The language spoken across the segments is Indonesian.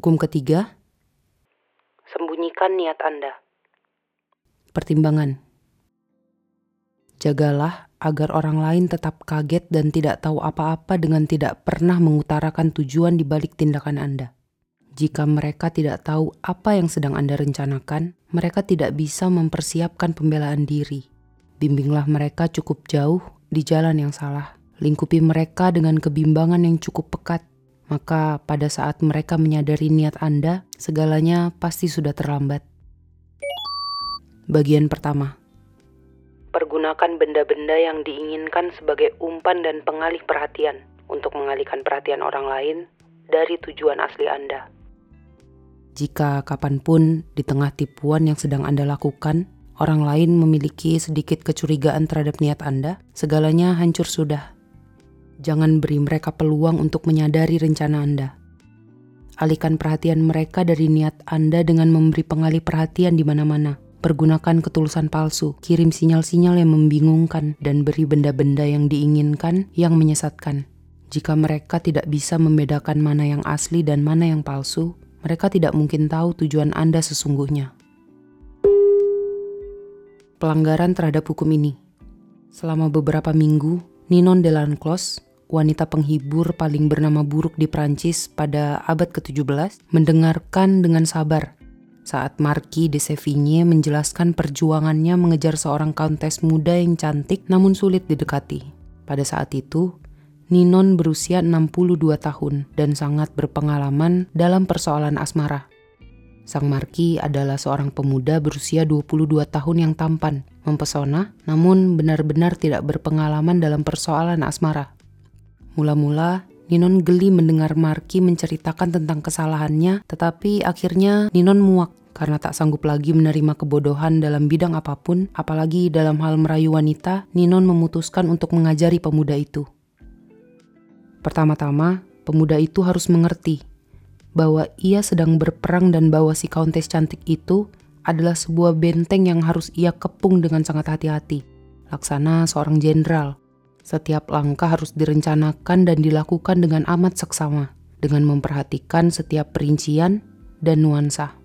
Hukum ketiga, sembunyikan niat Anda. pertimbangan. Jagalah agar orang lain tetap kaget dan tidak tahu apa-apa dengan tidak pernah mengutarakan tujuan di balik tindakan Anda. Jika mereka tidak tahu apa yang sedang Anda rencanakan, mereka tidak bisa mempersiapkan pembelaan diri. Bimbinglah mereka cukup jauh di jalan yang salah. Lingkupi mereka dengan kebimbangan yang cukup pekat. Maka pada saat mereka menyadari niat Anda, segalanya pasti sudah terlambat. Bagian pertama. Pergunakan benda-benda yang diinginkan sebagai umpan dan pengalih perhatian untuk mengalihkan perhatian orang lain dari tujuan asli Anda. Jika kapanpun di tengah tipuan yang sedang Anda lakukan, orang lain memiliki sedikit kecurigaan terhadap niat Anda, segalanya hancur sudah. Jangan beri mereka peluang untuk menyadari rencana Anda. Alihkan perhatian mereka dari niat Anda dengan memberi pengalih perhatian di mana-mana. Pergunakan ketulusan palsu, kirim sinyal-sinyal yang membingungkan, dan beri benda-benda yang diinginkan yang menyesatkan. Jika mereka tidak bisa membedakan mana yang asli dan mana yang palsu, mereka tidak mungkin tahu tujuan Anda sesungguhnya. Pelanggaran terhadap hukum ini. Selama beberapa minggu, Ninon Delanclos, wanita penghibur paling bernama buruk di Prancis pada abad ke-17, mendengarkan dengan sabar saat Marquis de Sévigné menjelaskan perjuangannya mengejar seorang countess muda yang cantik namun sulit didekati. Pada saat itu, Ninon berusia 62 tahun dan sangat berpengalaman dalam persoalan asmara. Sang Marquis adalah seorang pemuda berusia 22 tahun yang tampan, mempesona, namun benar-benar tidak berpengalaman dalam persoalan asmara. Mula-mula, Ninon geli mendengar Marquis menceritakan tentang kesalahannya, tetapi akhirnya Ninon muak karena tak sanggup lagi menerima kebodohan dalam bidang apapun, apalagi dalam hal merayu wanita. Ninon memutuskan untuk mengajari pemuda itu. Pertama-tama, pemuda itu harus mengerti bahwa ia sedang berperang dan bahwa si Countess cantik itu adalah sebuah benteng yang harus ia kepung dengan sangat hati-hati. Laksana seorang jenderal. Setiap langkah harus direncanakan dan dilakukan dengan amat seksama, dengan memperhatikan setiap perincian dan nuansa.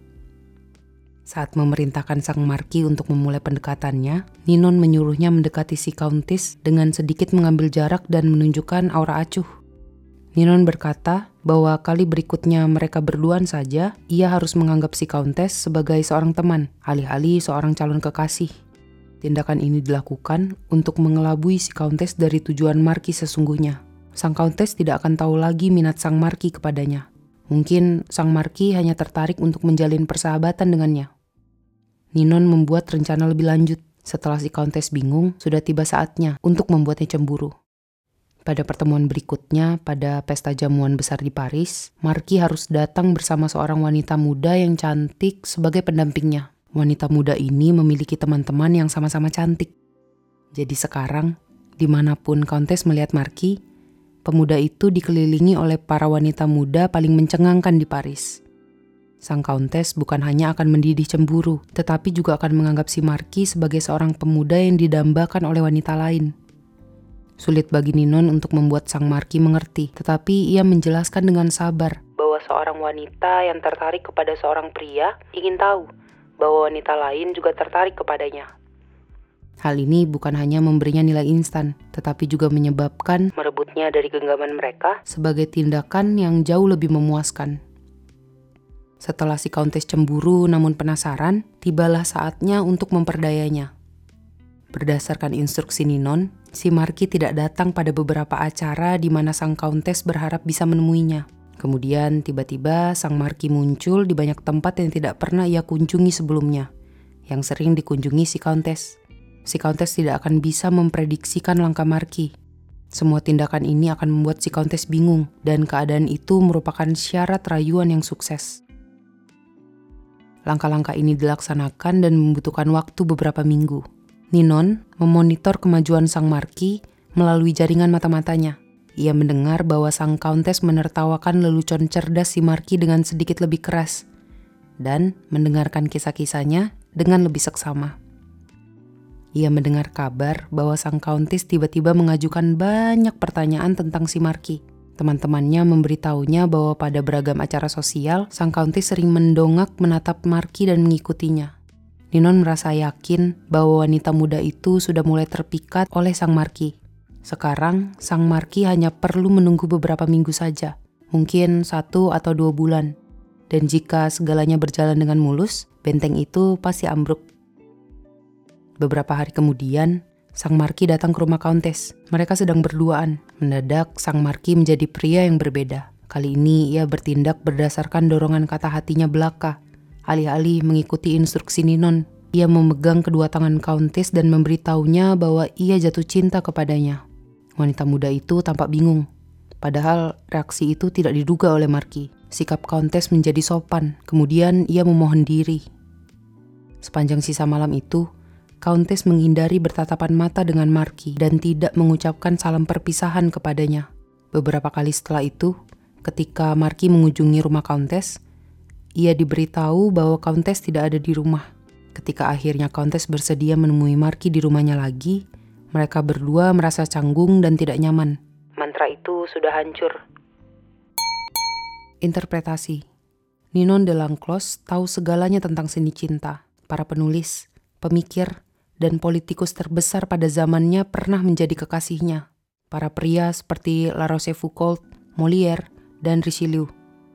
Saat memerintahkan sang Marquis untuk memulai pendekatannya, Ninon menyuruhnya mendekati si Countess dengan sedikit mengambil jarak dan menunjukkan aura acuh. Ninon berkata bahwa kali berikutnya mereka berduaan saja, ia harus menganggap si Countess sebagai seorang teman, alih-alih seorang calon kekasih. Tindakan ini dilakukan untuk mengelabui si Countess dari tujuan Marquis sesungguhnya. Sang Countess tidak akan tahu lagi minat sang Marquis kepadanya. Mungkin sang Marquis hanya tertarik untuk menjalin persahabatan dengannya. Ninon membuat rencana lebih lanjut. Setelah si Countess bingung, sudah tiba saatnya untuk membuatnya cemburu. Pada pertemuan berikutnya, pada pesta jamuan besar di Paris, Marquis harus datang bersama seorang wanita muda yang cantik sebagai pendampingnya. Wanita muda ini memiliki teman-teman yang sama-sama cantik. Jadi sekarang, dimanapun Countess melihat Marquis, pemuda itu dikelilingi oleh para wanita muda paling mencengangkan di Paris. Sang Countess bukan hanya akan mendidih cemburu, tetapi juga akan menganggap si Marquis sebagai seorang pemuda yang didambakan oleh wanita lain. Sulit bagi Ninon untuk membuat sang Marquis mengerti, tetapi ia menjelaskan dengan sabar bahwa seorang wanita yang tertarik kepada seorang pria ingin tahu bahwa wanita lain juga tertarik kepadanya. Hal ini bukan hanya memberinya nilai instan, tetapi juga menyebabkan merebutnya dari genggaman mereka sebagai tindakan yang jauh lebih memuaskan. Setelah si Countess cemburu namun penasaran, tibalah saatnya untuk memperdayanya. Berdasarkan instruksi Ninon, si Marquis tidak datang pada beberapa acara di mana sang Countess berharap bisa menemuinya. Kemudian tiba-tiba sang Marquis muncul di banyak tempat yang tidak pernah ia kunjungi sebelumnya, yang sering dikunjungi si Countess. Si Countess tidak akan bisa memprediksikan langkah Marquis. Semua tindakan ini akan membuat si Countess bingung, dan keadaan itu merupakan syarat rayuan yang sukses. Langkah-langkah ini dilaksanakan dan membutuhkan waktu beberapa minggu. Ninon memonitor kemajuan sang Marquis melalui jaringan mata-matanya. Ia mendengar bahwa sang Countess menertawakan lelucon cerdas si Marquis dengan sedikit lebih keras, dan mendengarkan kisah-kisahnya dengan lebih seksama. Ia mendengar kabar bahwa sang Countess tiba-tiba mengajukan banyak pertanyaan tentang si Marquis. Teman-temannya memberitahunya bahwa pada beragam acara sosial, sang Countess sering mendongak menatap Marky dan mengikutinya. Ninon merasa yakin bahwa wanita muda itu sudah mulai terpikat oleh sang Marky. Sekarang, sang Marky hanya perlu menunggu beberapa minggu saja, mungkin 1 atau 2 bulan. Dan jika segalanya berjalan dengan mulus, benteng itu pasti ambruk. Beberapa hari kemudian, sang Marky datang ke rumah Countess. Mereka sedang berduaan. Mendadak, sang Marky menjadi pria yang berbeda. Kali ini ia bertindak berdasarkan dorongan kata hatinya belaka. Alih-alih mengikuti instruksi Ninon, ia memegang kedua tangan Countess dan memberitahunya bahwa ia jatuh cinta kepadanya. Wanita muda itu tampak bingung. Padahal reaksi itu tidak diduga oleh Marky. Sikap Countess menjadi sopan, kemudian ia memohon diri. Sepanjang sisa malam itu, Countess menghindari bertatapan mata dengan Marky dan tidak mengucapkan salam perpisahan kepadanya. Beberapa kali setelah itu, ketika Marky mengunjungi rumah Countess, ia diberitahu bahwa Countess tidak ada di rumah. Ketika akhirnya Countess bersedia menemui Marky di rumahnya lagi, mereka berdua merasa canggung dan tidak nyaman. Mantra itu sudah hancur. Interpretasi. Ninon de L'Enclos tahu segalanya tentang seni cinta. Para penulis, pemikir, dan politikus terbesar pada zamannya pernah menjadi kekasihnya. Para pria seperti La Rochefoucauld, Molière, dan Richelieu.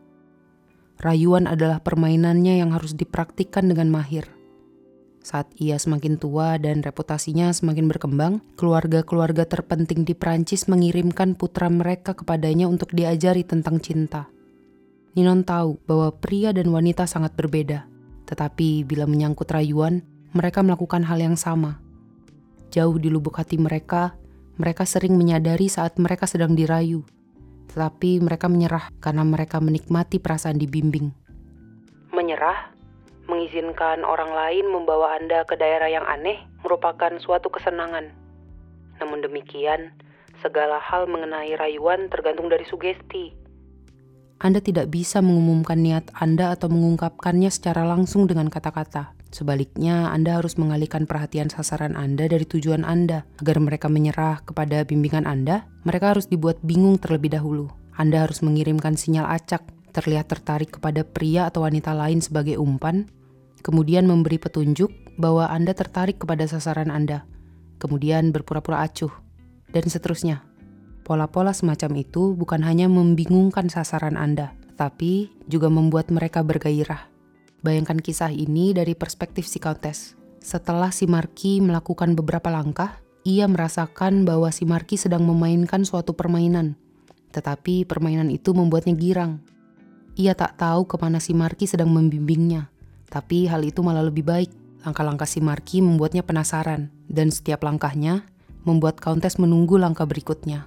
Rayuan adalah permainannya yang harus dipraktikkan dengan mahir. Saat ia semakin tua dan reputasinya semakin berkembang, keluarga-keluarga terpenting di Prancis mengirimkan putra mereka kepadanya untuk diajari tentang cinta. Ninon tahu bahwa pria dan wanita sangat berbeda, tetapi bila menyangkut rayuan, mereka melakukan hal yang sama. Jauh di lubuk hati mereka sering menyadari saat mereka sedang dirayu. Tetapi mereka menyerah karena mereka menikmati perasaan dibimbing. Menyerah? Mengizinkan orang lain membawa Anda ke daerah yang aneh merupakan suatu kesenangan. Namun demikian, segala hal mengenai rayuan tergantung dari sugesti. Anda tidak bisa mengumumkan niat Anda atau mengungkapkannya secara langsung dengan kata-kata. Sebaliknya, Anda harus mengalihkan perhatian sasaran Anda dari tujuan Anda. Agar mereka menyerah kepada bimbingan Anda, mereka harus dibuat bingung terlebih dahulu. Anda harus mengirimkan sinyal acak, terlihat tertarik kepada pria atau wanita lain sebagai umpan, kemudian memberi petunjuk bahwa Anda tertarik kepada sasaran Anda, kemudian berpura-pura acuh, dan seterusnya. Pola-pola semacam itu bukan hanya membingungkan sasaran Anda, tetapi juga membuat mereka bergairah. Bayangkan kisah ini dari perspektif si Countess. Setelah si Marky melakukan beberapa langkah, ia merasakan bahwa si Marky sedang memainkan suatu permainan. Tetapi permainan itu membuatnya girang. Ia tak tahu kemana si Marky sedang membimbingnya. Tapi hal itu malah lebih baik. Langkah-langkah si Marky membuatnya penasaran. Dan setiap langkahnya membuat Countess menunggu langkah berikutnya.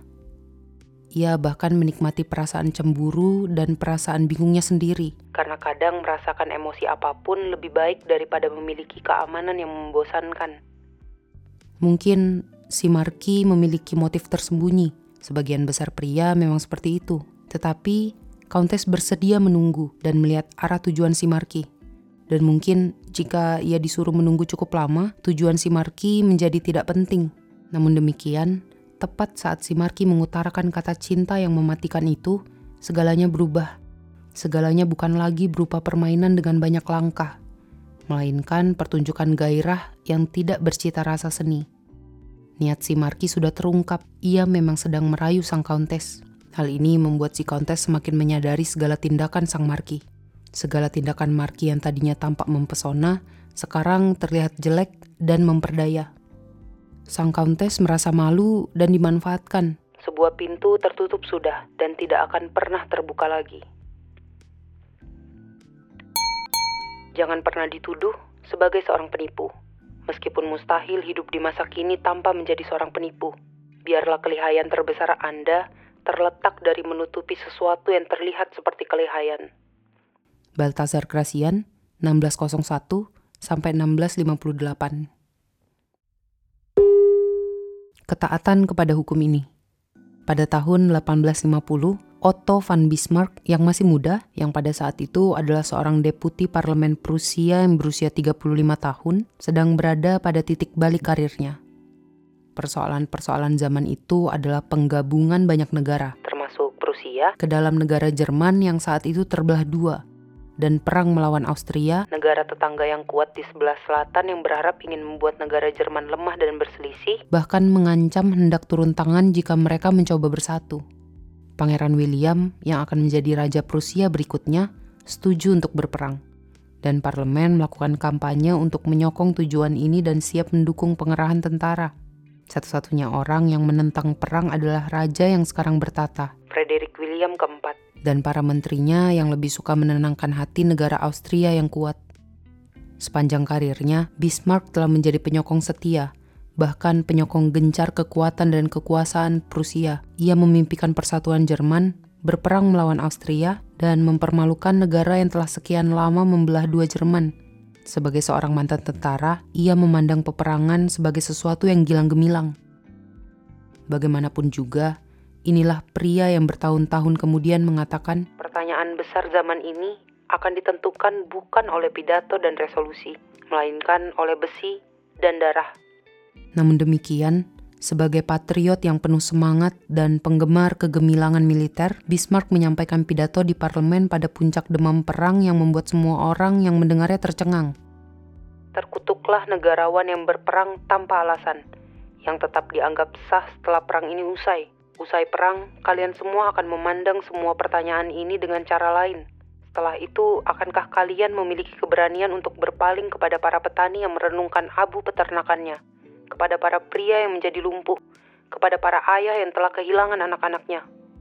Ia bahkan menikmati perasaan cemburu dan perasaan bingungnya sendiri. Karena kadang merasakan emosi apapun lebih baik daripada memiliki keamanan yang membosankan. Mungkin si Marky memiliki motif tersembunyi. Sebagian besar pria memang seperti itu. Tetapi Countess bersedia menunggu dan melihat arah tujuan si Marky. Dan mungkin jika ia disuruh menunggu cukup lama, tujuan si Marky menjadi tidak penting. Namun demikian, tepat saat si Marky mengutarakan kata cinta yang mematikan itu, segalanya berubah. Segalanya bukan lagi berupa permainan dengan banyak langkah, melainkan pertunjukan gairah yang tidak bercita rasa seni. Niat si Marky sudah terungkap, ia memang sedang merayu sang Countess. Hal ini membuat si Countess semakin menyadari segala tindakan sang Marky. Segala tindakan Marky yang tadinya tampak mempesona, sekarang terlihat jelek dan memperdaya. Sang Countess merasa malu dan dimanfaatkan. Sebuah pintu tertutup sudah dan tidak akan pernah terbuka lagi. Jangan pernah dituduh sebagai seorang penipu. Meskipun mustahil hidup di masa kini tanpa menjadi seorang penipu. Biarlah kelihayan terbesar Anda terletak dari menutupi sesuatu yang terlihat seperti kelihayan. Balthazar Gracian, 1601 sampai 1658. Ketaatan kepada hukum ini. Pada tahun 1850, Otto von Bismarck yang masih muda, yang pada saat itu adalah seorang deputi parlemen Prusia yang berusia 35 tahun, sedang berada pada titik balik karirnya. Persoalan-persoalan zaman itu adalah penggabungan banyak negara, termasuk Prusia. Austria ke dalam negara Jerman yang saat itu terbelah dua, dan perang melawan Austria, negara tetangga yang kuat di sebelah selatan yang berharap ingin membuat negara Jerman lemah dan berselisih, bahkan mengancam hendak turun tangan jika mereka mencoba bersatu. Pangeran William yang akan menjadi Raja Prusia berikutnya setuju untuk berperang, dan parlemen melakukan kampanye untuk menyokong tujuan ini dan siap mendukung pengerahan tentara. Satu-satunya orang yang menentang perang adalah raja yang sekarang bertata, Frederick William keempat, dan para menterinya yang lebih suka menenangkan hati negara Austria yang kuat. Sepanjang karirnya, Bismarck telah menjadi penyokong setia, bahkan penyokong gencar kekuatan dan kekuasaan Prusia. Ia memimpikan persatuan Jerman, berperang melawan Austria, dan mempermalukan negara yang telah sekian lama membelah dua Jerman. Sebagai seorang mantan tentara, ia memandang peperangan sebagai sesuatu yang gilang gemilang. Bagaimanapun juga, inilah pria yang bertahun-tahun kemudian mengatakan, pertanyaan besar zaman ini akan ditentukan bukan oleh pidato dan resolusi, melainkan oleh besi dan darah. Namun demikian, sebagai patriot yang penuh semangat dan penggemar kegemilangan militer, Bismarck menyampaikan pidato di parlemen pada puncak demam perang yang membuat semua orang yang mendengarnya tercengang. Terkutuklah negarawan yang berperang tanpa alasan, yang tetap dianggap sah setelah perang ini usai. Usai perang, kalian semua akan memandang semua pertanyaan ini dengan cara lain. Setelah itu, akankah kalian memiliki keberanian untuk berpaling kepada para petani yang merenungkan abu peternakannya, kepada para pria yang menjadi lumpuh, kepada para ayah yang telah kehilangan anak-anaknya?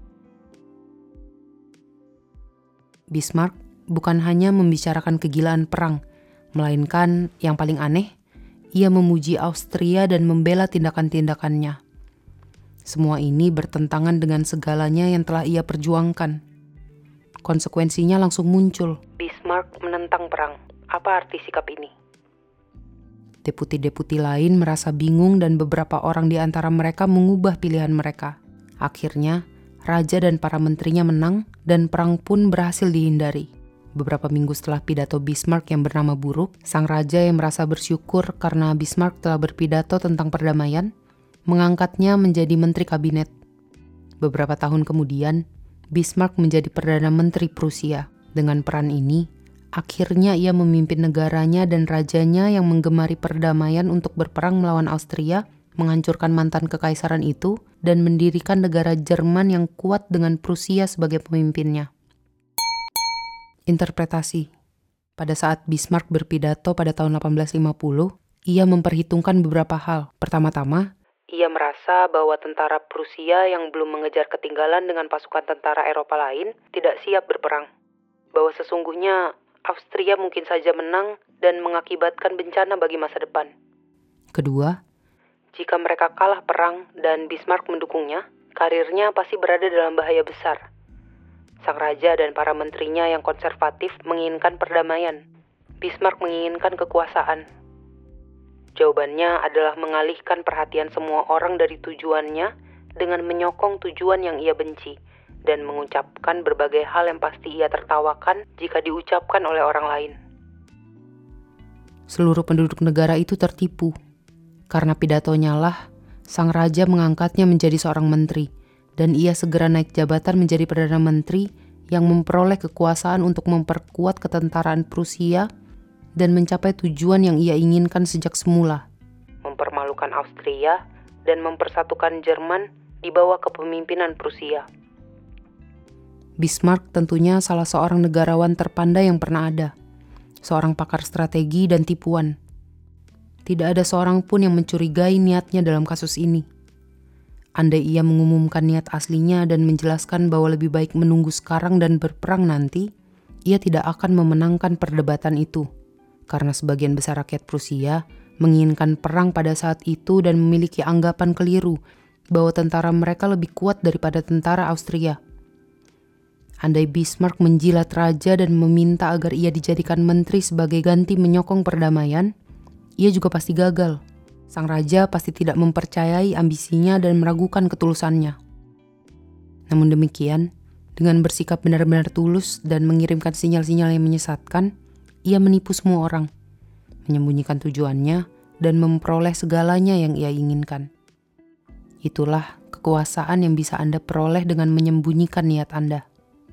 Bismarck bukan hanya membicarakan kegilaan perang, melainkan yang paling aneh, ia memuji Austria dan membela tindakan-tindakannya. Semua ini bertentangan dengan segalanya yang telah ia perjuangkan. Konsekuensinya langsung muncul. Bismarck menentang perang. Apa arti sikap ini? Deputi-deputi lain merasa bingung dan beberapa orang di antara mereka mengubah pilihan mereka. Akhirnya, raja dan para menterinya menang dan perang pun berhasil dihindari. Beberapa minggu setelah pidato Bismarck yang bernama buruk, sang raja yang merasa bersyukur karena Bismarck telah berpidato tentang perdamaian, mengangkatnya menjadi menteri kabinet. Beberapa tahun kemudian, Bismarck menjadi Perdana Menteri Prusia. Dengan peran ini, akhirnya ia memimpin negaranya dan rajanya yang menggemari perdamaian untuk berperang melawan Austria, menghancurkan mantan kekaisaran itu, dan mendirikan negara Jerman yang kuat dengan Prusia sebagai pemimpinnya. Interpretasi. Pada saat Bismarck berpidato pada tahun 1850, ia memperhitungkan beberapa hal. Pertama-tama, ia merasa bahwa tentara Prusia yang belum mengejar ketinggalan dengan pasukan tentara Eropa lain tidak siap berperang. Bahwa sesungguhnya Austria mungkin saja menang dan mengakibatkan bencana bagi masa depan. Kedua, jika mereka kalah perang dan Bismarck mendukungnya, karirnya pasti berada dalam bahaya besar. Sang raja dan para menterinya yang konservatif menginginkan perdamaian. Bismarck menginginkan kekuasaan. Jawabannya adalah mengalihkan perhatian semua orang dari tujuannya dengan menyokong tujuan yang ia benci dan mengucapkan berbagai hal yang pasti ia tertawakan jika diucapkan oleh orang lain. Seluruh penduduk negara itu tertipu. Karena pidatonya lah, sang raja mengangkatnya menjadi seorang menteri, dan ia segera naik jabatan menjadi Perdana Menteri yang memperoleh kekuasaan untuk memperkuat ketentaraan Prusia dan mencapai tujuan yang ia inginkan sejak semula. Mempermalukan Austria dan mempersatukan Jerman di bawah kepemimpinan Prusia. Bismarck tentunya salah seorang negarawan terpandai yang pernah ada. Seorang pakar strategi dan tipuan. Tidak ada seorang pun yang mencurigai niatnya dalam kasus ini. Andai ia mengumumkan niat aslinya dan menjelaskan bahwa lebih baik menunggu sekarang dan berperang nanti, ia tidak akan memenangkan perdebatan itu. Karena sebagian besar rakyat Prusia menginginkan perang pada saat itu dan memiliki anggapan keliru bahwa tentara mereka lebih kuat daripada tentara Austria. Andai Bismarck menjilat raja dan meminta agar ia dijadikan menteri sebagai ganti menyokong perdamaian, ia juga pasti gagal. Sang raja pasti tidak mempercayai ambisinya dan meragukan ketulusannya. Namun demikian, dengan bersikap benar-benar tulus dan mengirimkan sinyal-sinyal yang menyesatkan, ia menipu semua orang, menyembunyikan tujuannya, dan memperoleh segalanya yang ia inginkan. Itulah kekuatan kekuasaan yang bisa Anda peroleh dengan menyembunyikan niat Anda.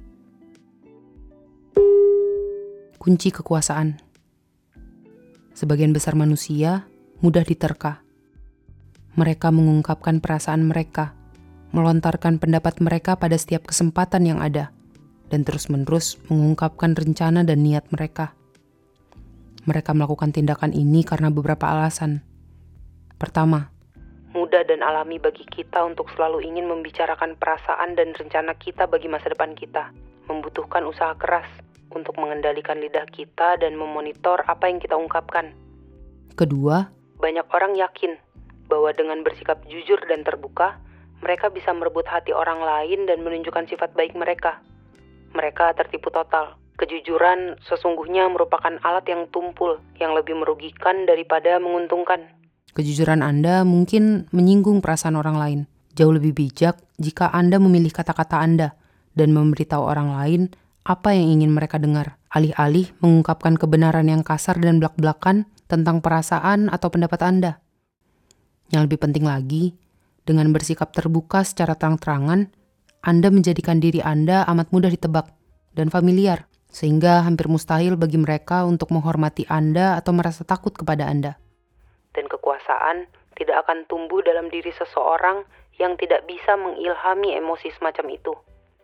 Kunci kekuasaan. Sebagian besar manusia mudah diterka. Mereka mengungkapkan perasaan mereka, melontarkan pendapat mereka pada setiap kesempatan yang ada, dan terus-menerus mengungkapkan rencana dan niat mereka. Mereka melakukan tindakan ini karena beberapa alasan. Pertama, mudah dan alami bagi kita untuk selalu ingin membicarakan perasaan dan rencana kita bagi masa depan kita. Membutuhkan usaha keras untuk mengendalikan lidah kita dan memonitor apa yang kita ungkapkan. kedua, Banyak orang yakin bahwa dengan bersikap jujur dan terbuka, mereka bisa merebut hati orang lain dan menunjukkan sifat baik mereka. Mereka tertipu total. Kejujuran sesungguhnya merupakan alat yang tumpul, yang lebih merugikan daripada menguntungkan. kejujuran Anda mungkin menyinggung perasaan orang lain. Jauh lebih bijak jika Anda memilih kata-kata Anda dan memberitahu orang lain apa yang ingin mereka dengar, alih-alih mengungkapkan kebenaran yang kasar dan belak-belakan tentang perasaan atau pendapat Anda. Yang lebih penting lagi, dengan bersikap terbuka secara terang-terangan, Anda menjadikan diri Anda amat mudah ditebak dan familiar, sehingga hampir mustahil bagi mereka untuk menghormati Anda atau merasa takut kepada Anda. Dan kekuasaan tidak akan tumbuh dalam diri seseorang yang tidak bisa mengilhami emosi semacam itu.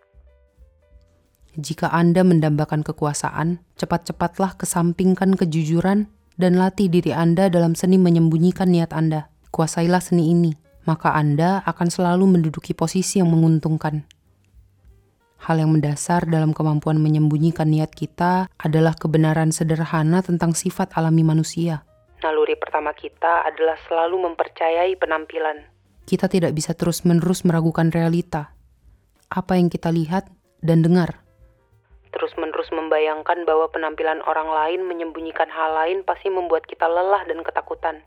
Jika Anda mendambakan kekuasaan, cepat-cepatlah kesampingkan kejujuran dan latih diri Anda dalam seni menyembunyikan niat Anda. Kuasailah seni ini, maka Anda akan selalu menduduki posisi yang menguntungkan. Hal yang mendasar dalam kemampuan menyembunyikan niat kita adalah kebenaran sederhana tentang sifat alami manusia. Naluri pertama kita adalah selalu mempercayai penampilan. Kita tidak bisa terus-menerus meragukan realita, apa yang kita lihat dan dengar. Terus-menerus membayangkan bahwa penampilan orang lain menyembunyikan hal lain pasti membuat kita lelah dan ketakutan.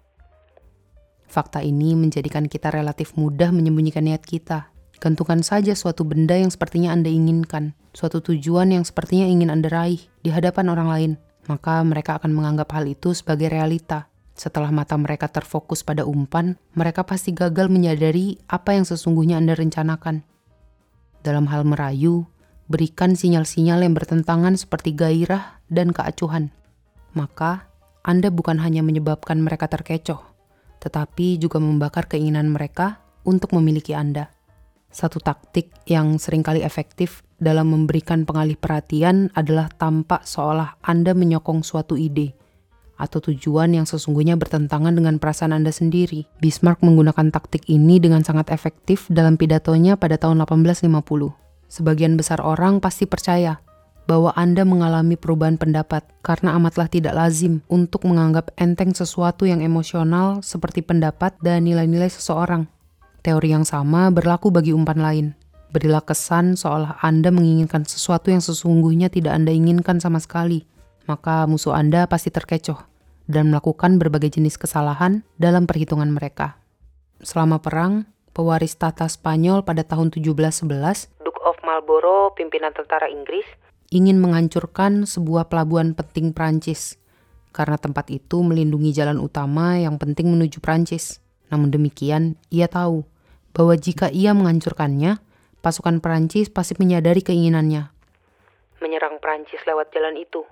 Fakta ini menjadikan kita relatif mudah menyembunyikan niat kita. Gantungkan saja suatu benda yang sepertinya Anda inginkan, suatu tujuan yang sepertinya ingin Anda raih di hadapan orang lain. Maka mereka akan menganggap hal itu sebagai realita. Setelah mata mereka terfokus pada umpan, mereka pasti gagal menyadari apa yang sesungguhnya Anda rencanakan. Dalam hal merayu, berikan sinyal-sinyal yang bertentangan seperti gairah dan keacuhan. Maka, Anda bukan hanya menyebabkan mereka terkecoh, tetapi juga membakar keinginan mereka untuk memiliki Anda. Satu taktik yang seringkali efektif dalam memberikan pengalih perhatian adalah tampak seolah Anda menyokong suatu ide atau tujuan yang sesungguhnya bertentangan dengan perasaan Anda sendiri. Bismarck menggunakan taktik ini dengan sangat efektif dalam pidatonya pada tahun 1850. Sebagian besar orang pasti percaya bahwa Anda mengalami perubahan pendapat karena amatlah tidak lazim untuk menganggap enteng sesuatu yang emosional seperti pendapat dan nilai-nilai seseorang. Teori yang sama berlaku bagi umpan lain. Berilah kesan seolah Anda menginginkan sesuatu yang sesungguhnya tidak Anda inginkan sama sekali. Maka musuh Anda pasti terkecoh dan melakukan berbagai jenis kesalahan dalam perhitungan mereka. Selama perang, pewaris tahta Spanyol pada tahun 1711, Duke of Marlborough, pimpinan tentara Inggris, ingin menghancurkan sebuah pelabuhan penting Prancis karena tempat itu melindungi jalan utama yang penting menuju Prancis. Namun demikian, ia tahu bahwa jika ia menghancurkannya, pasukan Prancis pasti menyadari keinginannya. menyerang Prancis lewat jalan itu.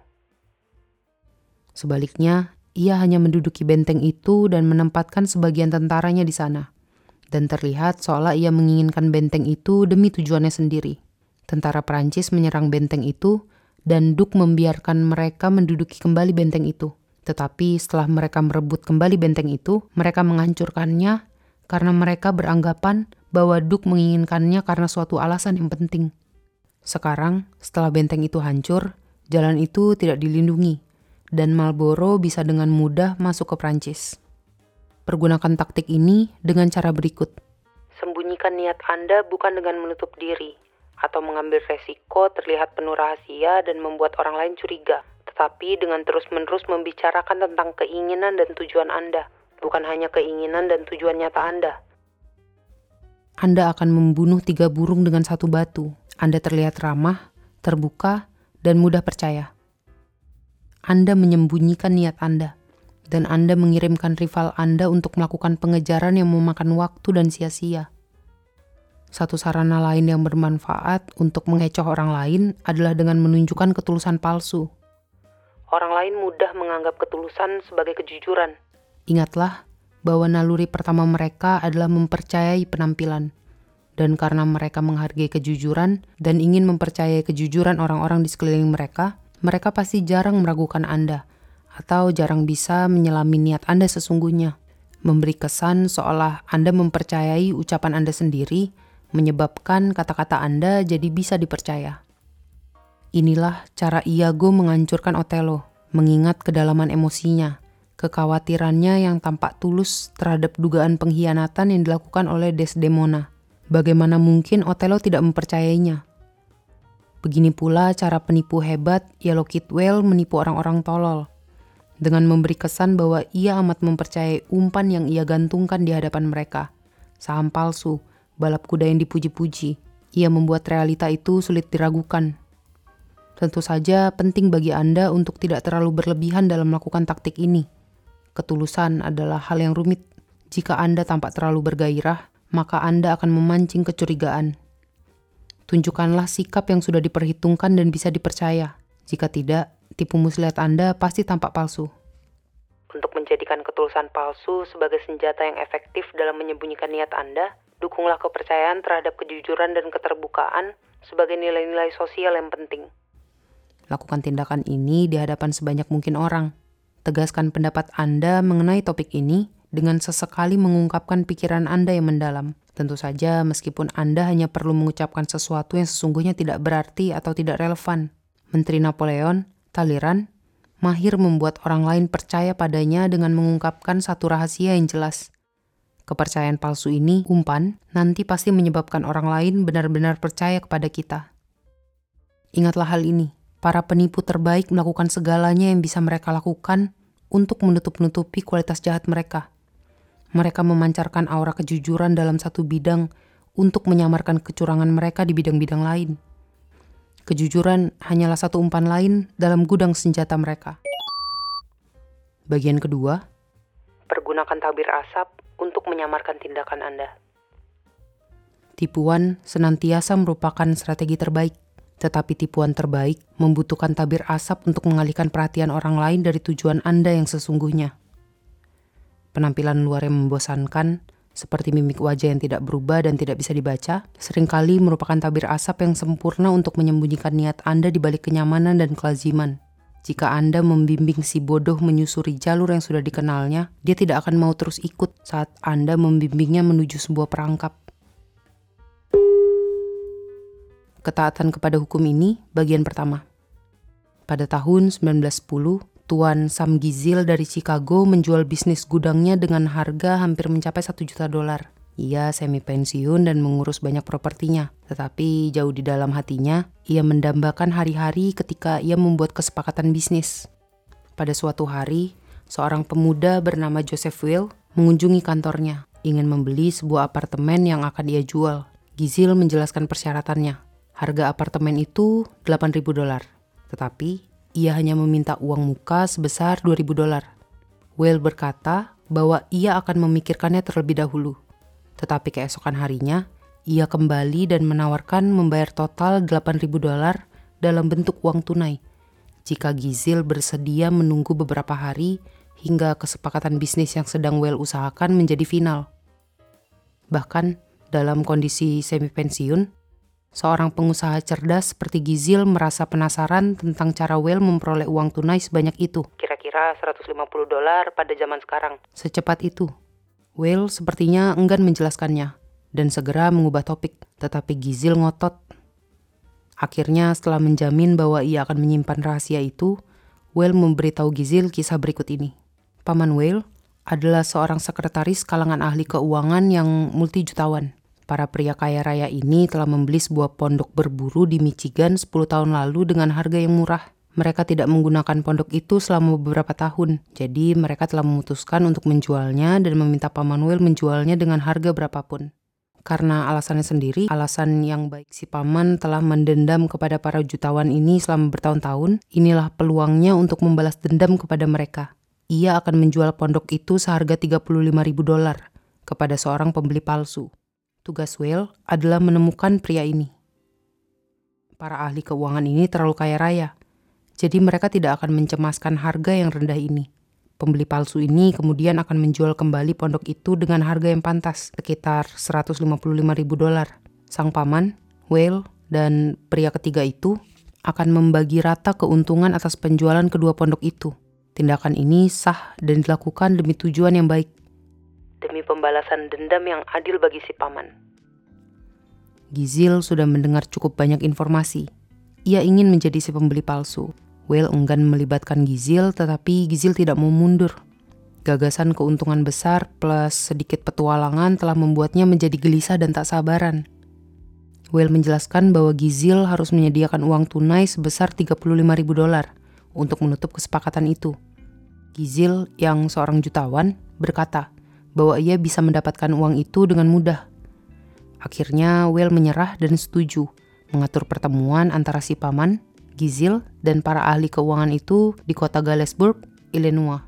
Sebaliknya, ia hanya menduduki benteng itu dan menempatkan sebagian tentaranya di sana. Dan terlihat seolah ia menginginkan benteng itu demi tujuannya sendiri. Tentara Prancis menyerang benteng itu dan Duke membiarkan mereka menduduki kembali benteng itu. Tetapi setelah mereka merebut kembali benteng itu, mereka menghancurkannya karena mereka beranggapan bahwa Duke menginginkannya karena suatu alasan yang penting. Sekarang, setelah benteng itu hancur, jalan itu tidak dilindungi, dan Marlborough bisa dengan mudah masuk ke Prancis. Pergunakan taktik ini dengan cara berikut. Sembunyikan niat Anda bukan dengan menutup diri, atau mengambil resiko terlihat penuh rahasia dan membuat orang lain curiga, tetapi dengan terus-menerus membicarakan tentang keinginan dan tujuan Anda, bukan hanya keinginan dan tujuan nyata Anda. Anda akan membunuh 3 burung dengan 1 batu. Anda terlihat ramah, terbuka, dan mudah percaya. Anda menyembunyikan niat Anda, dan Anda mengirimkan rival Anda untuk melakukan pengejaran yang memakan waktu dan sia-sia. Satu sarana lain yang bermanfaat untuk mengecoh orang lain adalah dengan menunjukkan ketulusan palsu. Orang lain mudah menganggap ketulusan sebagai kejujuran. Ingatlah bahwa naluri pertama mereka adalah mempercayai penampilan. Dan karena mereka menghargai kejujuran dan ingin mempercayai kejujuran orang-orang di sekeliling mereka, mereka pasti jarang meragukan Anda atau jarang bisa menyelami niat Anda sesungguhnya. Memberi kesan seolah Anda mempercayai ucapan Anda sendiri, menyebabkan kata-kata Anda jadi bisa dipercaya. Inilah cara Iago menghancurkan Othello, mengingat kedalaman emosinya, kekhawatirannya yang tampak tulus terhadap dugaan pengkhianatan yang dilakukan oleh Desdemona. Bagaimana mungkin Othello tidak mempercayainya? Begini pula cara penipu hebat Yellow Kid Whale menipu orang-orang tolol. Dengan memberi kesan bahwa ia amat mempercayai umpan yang ia gantungkan di hadapan mereka. Saham palsu, balap kuda yang dipuji-puji. Ia membuat realita itu sulit diragukan. Tentu saja penting bagi Anda untuk tidak terlalu berlebihan dalam melakukan taktik ini. Ketulusan adalah hal yang rumit. Jika Anda tampak terlalu bergairah, maka Anda akan memancing kecurigaan. Tunjukkanlah sikap yang sudah diperhitungkan dan bisa dipercaya. Jika tidak, tipu muslihat Anda pasti tampak palsu. Untuk menjadikan ketulusan palsu sebagai senjata yang efektif dalam menyembunyikan niat Anda, dukunglah kepercayaan terhadap kejujuran dan keterbukaan sebagai nilai-nilai sosial yang penting. Lakukan tindakan ini di hadapan sebanyak mungkin orang. Tegaskan pendapat Anda mengenai topik ini dengan sesekali mengungkapkan pikiran Anda yang mendalam. Tentu saja meskipun Anda hanya perlu mengucapkan sesuatu yang sesungguhnya tidak berarti atau tidak relevan. Menteri Napoleon, Talleyrand, mahir membuat orang lain percaya padanya dengan mengungkapkan satu rahasia yang jelas. Kepercayaan palsu ini, umpan, nanti pasti menyebabkan orang lain benar-benar percaya kepada kita. Ingatlah hal ini, para penipu terbaik melakukan segalanya yang bisa mereka lakukan untuk menutup-nutupi kualitas jahat mereka. Mereka memancarkan aura kejujuran dalam satu bidang untuk menyamarkan kecurangan mereka di bidang-bidang lain. Kejujuran hanyalah satu umpan lain dalam gudang senjata mereka. Bagian kedua, pergunakan tabir asap untuk menyamarkan tindakan Anda. Tipuan senantiasa merupakan strategi terbaik, tetapi tipuan terbaik membutuhkan tabir asap untuk mengalihkan perhatian orang lain dari tujuan Anda yang sesungguhnya. Penampilan luar yang membosankan, seperti mimik wajah yang tidak berubah dan tidak bisa dibaca, seringkali merupakan tabir asap yang sempurna untuk menyembunyikan niat Anda di balik kenyamanan dan kelaziman. Jika Anda membimbing si bodoh menyusuri jalur yang sudah dikenalnya, dia tidak akan mau terus ikut saat Anda membimbingnya menuju sebuah perangkap. Ketaatan kepada hukum ini, bagian pertama. Pada tahun 1910, Tuan Sam Gizil dari Chicago menjual bisnis gudangnya dengan harga hampir mencapai $1 juta. Ia semi pensiun dan mengurus banyak propertinya, tetapi jauh di dalam hatinya, ia mendambakan hari-hari ketika ia membuat kesepakatan bisnis. Pada suatu hari, seorang pemuda bernama Joseph Will mengunjungi kantornya, ingin membeli sebuah apartemen yang akan ia jual. Gizil menjelaskan persyaratannya. Harga apartemen itu $8.000, tetapi ia hanya meminta uang muka sebesar $2.000. Will berkata bahwa ia akan memikirkannya terlebih dahulu. Tetapi keesokan harinya, ia kembali dan menawarkan membayar total $8.000 dalam bentuk uang tunai. Jika Gizil bersedia menunggu beberapa hari hingga kesepakatan bisnis yang sedang Will usahakan menjadi final. Bahkan dalam kondisi semi pensiun, seorang pengusaha cerdas seperti Gizil merasa penasaran tentang cara Will memperoleh uang tunai sebanyak itu. Kira-kira $150 pada zaman sekarang. Secepat itu. Will sepertinya enggan menjelaskannya dan segera mengubah topik, tetapi Gizil ngotot. Akhirnya setelah menjamin bahwa ia akan menyimpan rahasia itu, Will memberitahu Gizil kisah berikut ini. Paman Will adalah seorang sekretaris kalangan ahli keuangan yang multijutawan. Para pria kaya raya ini telah membeli sebuah pondok berburu di Michigan 10 tahun lalu dengan harga yang murah. Mereka tidak menggunakan pondok itu selama beberapa tahun, jadi mereka telah memutuskan untuk menjualnya dan meminta Paman Will menjualnya dengan harga berapapun. Karena alasannya sendiri, alasan yang baik si Paman telah mendendam kepada para jutawan ini selama bertahun-tahun, inilah peluangnya untuk membalas dendam kepada mereka. Ia akan menjual pondok itu seharga $35.000 kepada seorang pembeli palsu. Tugas Whale adalah menemukan pria ini. Para ahli keuangan ini terlalu kaya raya, jadi mereka tidak akan mencemaskan harga yang rendah ini. Pembeli palsu ini kemudian akan menjual kembali pondok itu dengan harga yang pantas, sekitar $155.000. Sang paman, Whale, dan pria ketiga itu akan membagi rata keuntungan atas penjualan kedua pondok itu. Tindakan ini sah dan dilakukan demi tujuan yang baik. Demi pembalasan dendam yang adil bagi si paman. Gizil sudah mendengar cukup banyak informasi. Ia ingin menjadi si pembeli palsu. Whale enggan melibatkan Gizil, tetapi Gizil tidak mau mundur. Gagasan keuntungan besar plus sedikit petualangan telah membuatnya menjadi gelisah dan tak sabaran. Whale menjelaskan bahwa Gizil harus menyediakan uang tunai sebesar $35.000 untuk menutup kesepakatan itu. Gizil yang seorang jutawan berkata bahwa ia bisa mendapatkan uang itu dengan mudah. Akhirnya Whale menyerah dan setuju mengatur pertemuan antara si paman, Gizil, dan para ahli keuangan itu di kota Galesburg, Illinois.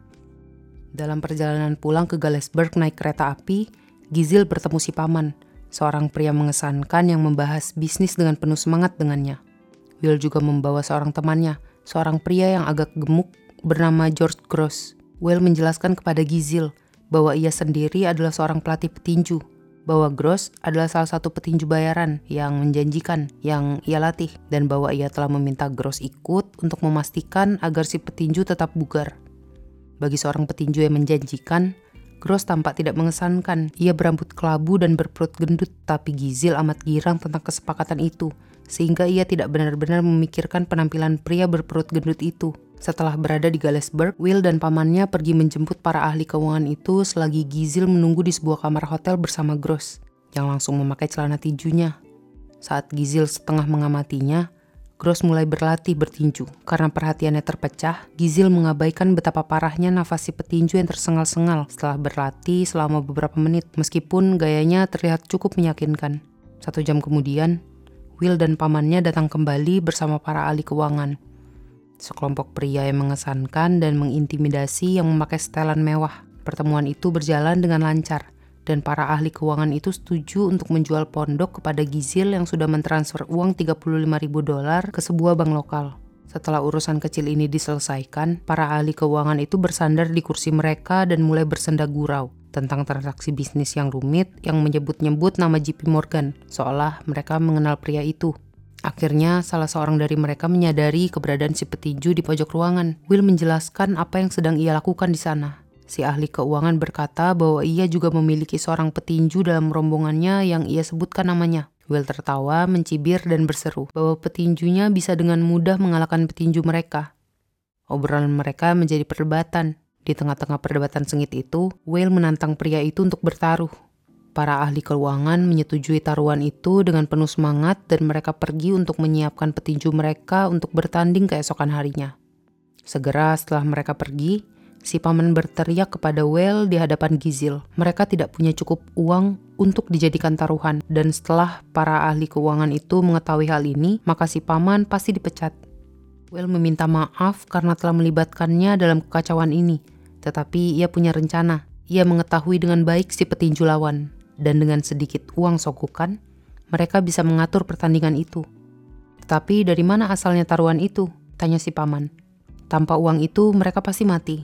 Dalam perjalanan pulang ke Galesburg naik kereta api, Gizil bertemu si paman, seorang pria mengesankan yang membahas bisnis dengan penuh semangat dengannya. Will juga membawa seorang temannya, seorang pria yang agak gemuk bernama George Gross. Will menjelaskan kepada Gizil bahwa ia sendiri adalah seorang pelatih petinju, bahwa Gross adalah salah satu petinju bayaran yang menjanjikan yang ia latih, dan bahwa ia telah meminta Gross ikut untuk memastikan agar si petinju tetap bugar. Bagi seorang petinju yang menjanjikan, Gross tampak tidak mengesankan. Ia berambut kelabu dan berperut gendut, tapi Gizil amat girang tentang kesepakatan itu, sehingga ia tidak benar-benar memikirkan penampilan pria berperut gendut itu. Setelah berada di Galesburg, Will dan pamannya pergi menjemput para ahli keuangan itu selagi Gizil menunggu di sebuah kamar hotel bersama Gross, yang langsung memakai celana tinjunya. Saat Gizil setengah mengamatinya, Gross mulai berlatih bertinju. Karena perhatiannya terpecah, Gizil mengabaikan betapa parahnya nafas si petinju yang tersengal-sengal setelah berlatih selama beberapa menit, meskipun gayanya terlihat cukup meyakinkan. 1 jam kemudian, Will dan pamannya datang kembali bersama para ahli keuangan. Sekelompok pria yang mengesankan dan mengintimidasi yang memakai setelan mewah. Pertemuan itu berjalan dengan lancar, dan para ahli keuangan itu setuju untuk menjual pondok kepada Gizil yang sudah mentransfer uang $35.000 ke sebuah bank lokal. Setelah urusan kecil ini diselesaikan, para ahli keuangan itu bersandar di kursi mereka dan mulai bersenda gurau tentang transaksi bisnis yang rumit yang menyebut-nyebut nama JP Morgan, seolah mereka mengenal pria itu. Akhirnya, salah seorang dari mereka menyadari keberadaan si petinju di pojok ruangan. Will menjelaskan apa yang sedang ia lakukan di sana. Si ahli keuangan berkata bahwa ia juga memiliki seorang petinju dalam rombongannya yang ia sebutkan namanya. Will tertawa, mencibir, dan berseru bahwa petinjunya bisa dengan mudah mengalahkan petinju mereka. Obrolan mereka menjadi perdebatan. Di tengah-tengah perdebatan sengit itu, Will menantang pria itu untuk bertaruh. Para ahli keuangan menyetujui taruhan itu dengan penuh semangat dan mereka pergi untuk menyiapkan petinju mereka untuk bertanding keesokan harinya. Segera setelah mereka pergi, si paman berteriak kepada Will di hadapan Gizil. Mereka tidak punya cukup uang untuk dijadikan taruhan, dan setelah para ahli keuangan itu mengetahui hal ini, maka si paman pasti dipecat. Will meminta maaf karena telah melibatkannya dalam kekacauan ini, tetapi ia punya rencana. Ia mengetahui dengan baik si petinju lawan. Dan dengan sedikit uang sogokan, mereka bisa mengatur pertandingan itu. Tetapi dari mana asalnya taruhan itu? Tanya si paman. Tanpa uang itu mereka pasti mati.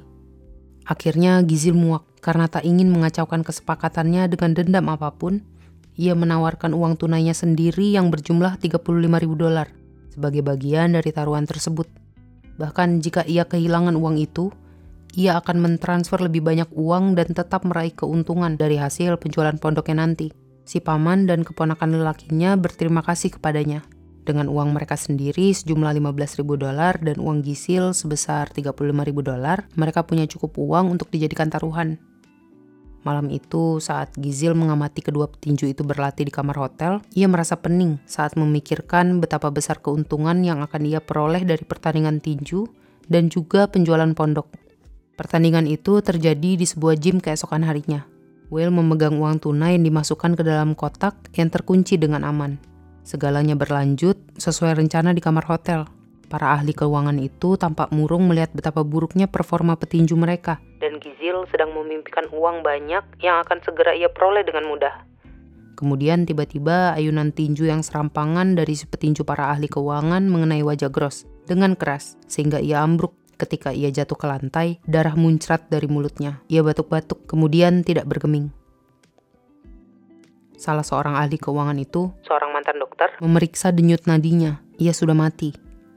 Akhirnya Gizil muak karena tak ingin mengacaukan kesepakatannya dengan dendam apapun. Ia menawarkan uang tunainya sendiri yang berjumlah $35.000 sebagai bagian dari taruhan tersebut. Bahkan jika ia kehilangan uang itu, ia akan mentransfer lebih banyak uang dan tetap meraih keuntungan dari hasil penjualan pondoknya nanti. Si paman dan keponakan lelakinya berterima kasih kepadanya. Dengan uang mereka sendiri sejumlah $15.000 dan uang Gizil sebesar $35.000, mereka punya cukup uang untuk dijadikan taruhan. Malam itu, saat Gizil mengamati kedua petinju itu berlatih di kamar hotel, ia merasa pening saat memikirkan betapa besar keuntungan yang akan ia peroleh dari pertandingan tinju dan juga penjualan pondok. Pertandingan itu terjadi di sebuah gym keesokan harinya. Will memegang uang tunai yang dimasukkan ke dalam kotak yang terkunci dengan aman. Segalanya berlanjut sesuai rencana di kamar hotel. Para ahli keuangan itu tampak murung melihat betapa buruknya performa petinju mereka. Dan Gizil sedang memimpikan uang banyak yang akan segera ia peroleh dengan mudah. Kemudian tiba-tiba ayunan tinju yang serampangan dari si petinju para ahli keuangan mengenai wajah Gross dengan keras sehingga ia ambruk. Ketika ia jatuh ke lantai, darah muncrat dari mulutnya. Ia batuk-batuk, kemudian tidak bergeming. Salah seorang ahli keuangan itu, Seorang mantan dokter, memeriksa denyut nadinya. Ia sudah mati.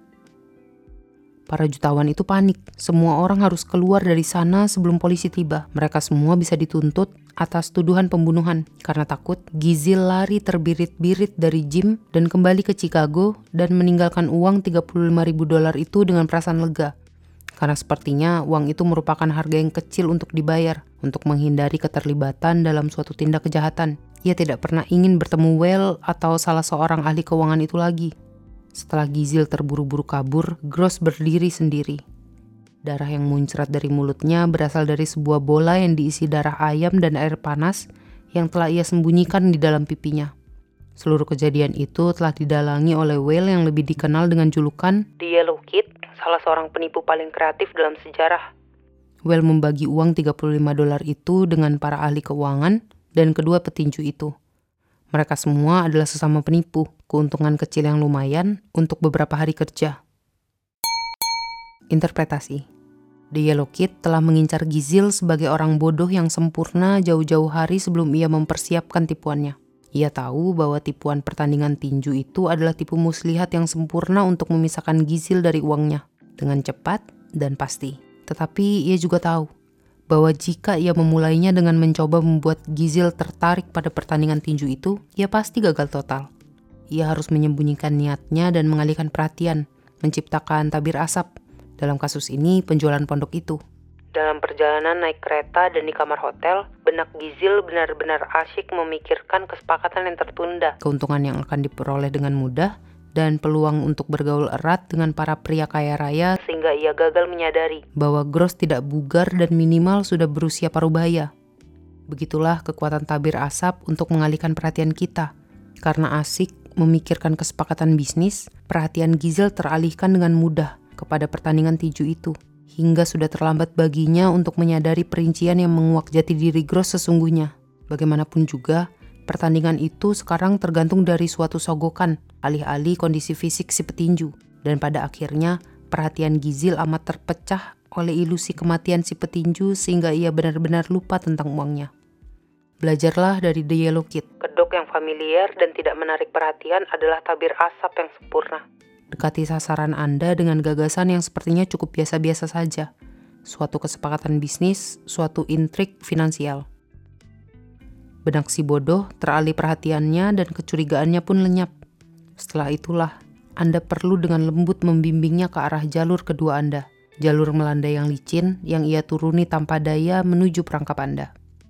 Para jutawan itu panik. Semua orang harus keluar dari sana sebelum polisi tiba. Mereka semua bisa dituntut atas tuduhan pembunuhan. Karena takut, Gizil lari terbirit-birit dari gym dan kembali ke Chicago dan meninggalkan uang $35.000 itu dengan perasaan lega. Karena sepertinya uang itu merupakan harga yang kecil untuk dibayar untuk menghindari keterlibatan dalam suatu tindak kejahatan. Ia tidak pernah ingin bertemu Well atau salah seorang ahli keuangan itu lagi. Setelah Gizil terburu-buru kabur, Gross berdiri sendiri. Darah yang muncrat dari mulutnya berasal dari sebuah bola yang diisi darah ayam dan air panas yang telah ia sembunyikan di dalam pipinya. Seluruh kejadian itu telah didalangi oleh Well yang lebih dikenal dengan julukan The Yellow Kid, salah seorang penipu paling kreatif dalam sejarah. Well membagi uang $35 itu dengan para ahli keuangan dan kedua petinju itu. Mereka semua adalah sesama penipu, keuntungan kecil yang lumayan untuk beberapa hari kerja. Interpretasi. The Yellow Kid telah mengincar Gizil sebagai orang bodoh yang sempurna jauh-jauh hari sebelum ia mempersiapkan tipuannya. Ia tahu bahwa tipuan pertandingan tinju itu adalah tipu muslihat yang sempurna untuk memisahkan Gizil dari uangnya dengan cepat dan pasti. Tetapi ia juga tahu bahwa jika ia memulainya dengan mencoba membuat Gizil tertarik pada pertandingan tinju itu, ia pasti gagal total. Ia harus menyembunyikan niatnya dan mengalihkan perhatian, menciptakan tabir asap. Dalam kasus ini, penjualan pondok itu. Dalam perjalanan naik kereta dan di kamar hotel, benak Gizil benar-benar asyik memikirkan kesepakatan yang tertunda. Keuntungan yang akan diperoleh dengan mudah dan peluang untuk bergaul erat dengan para pria kaya raya sehingga ia gagal menyadari bahwa Gross tidak bugar dan minimal sudah berusia parubaya. Begitulah kekuatan tabir asap untuk mengalihkan perhatian kita. Karena asik memikirkan kesepakatan bisnis, perhatian Gizil teralihkan dengan mudah kepada pertandingan tinju itu. Hingga sudah terlambat baginya untuk menyadari perincian yang menguak jati diri Gross sesungguhnya. Bagaimanapun juga, pertandingan itu sekarang tergantung dari suatu sogokan, alih-alih kondisi fisik si petinju. Dan pada akhirnya, perhatian Gizil amat terpecah oleh ilusi kematian si petinju sehingga ia benar-benar lupa tentang uangnya. Belajarlah dari The Yellow Kid. kedok yang familiar dan tidak menarik perhatian adalah tabir asap yang sempurna. Dekati sasaran Anda dengan gagasan yang sepertinya cukup biasa-biasa saja. Suatu kesepakatan bisnis, suatu intrik finansial. Benak si bodoh teralih perhatiannya dan kecurigaannya pun lenyap. Setelah itulah, Anda perlu dengan lembut membimbingnya ke arah jalur kedua Anda. Jalur melandai yang licin yang ia turuni tanpa daya menuju perangkap Anda.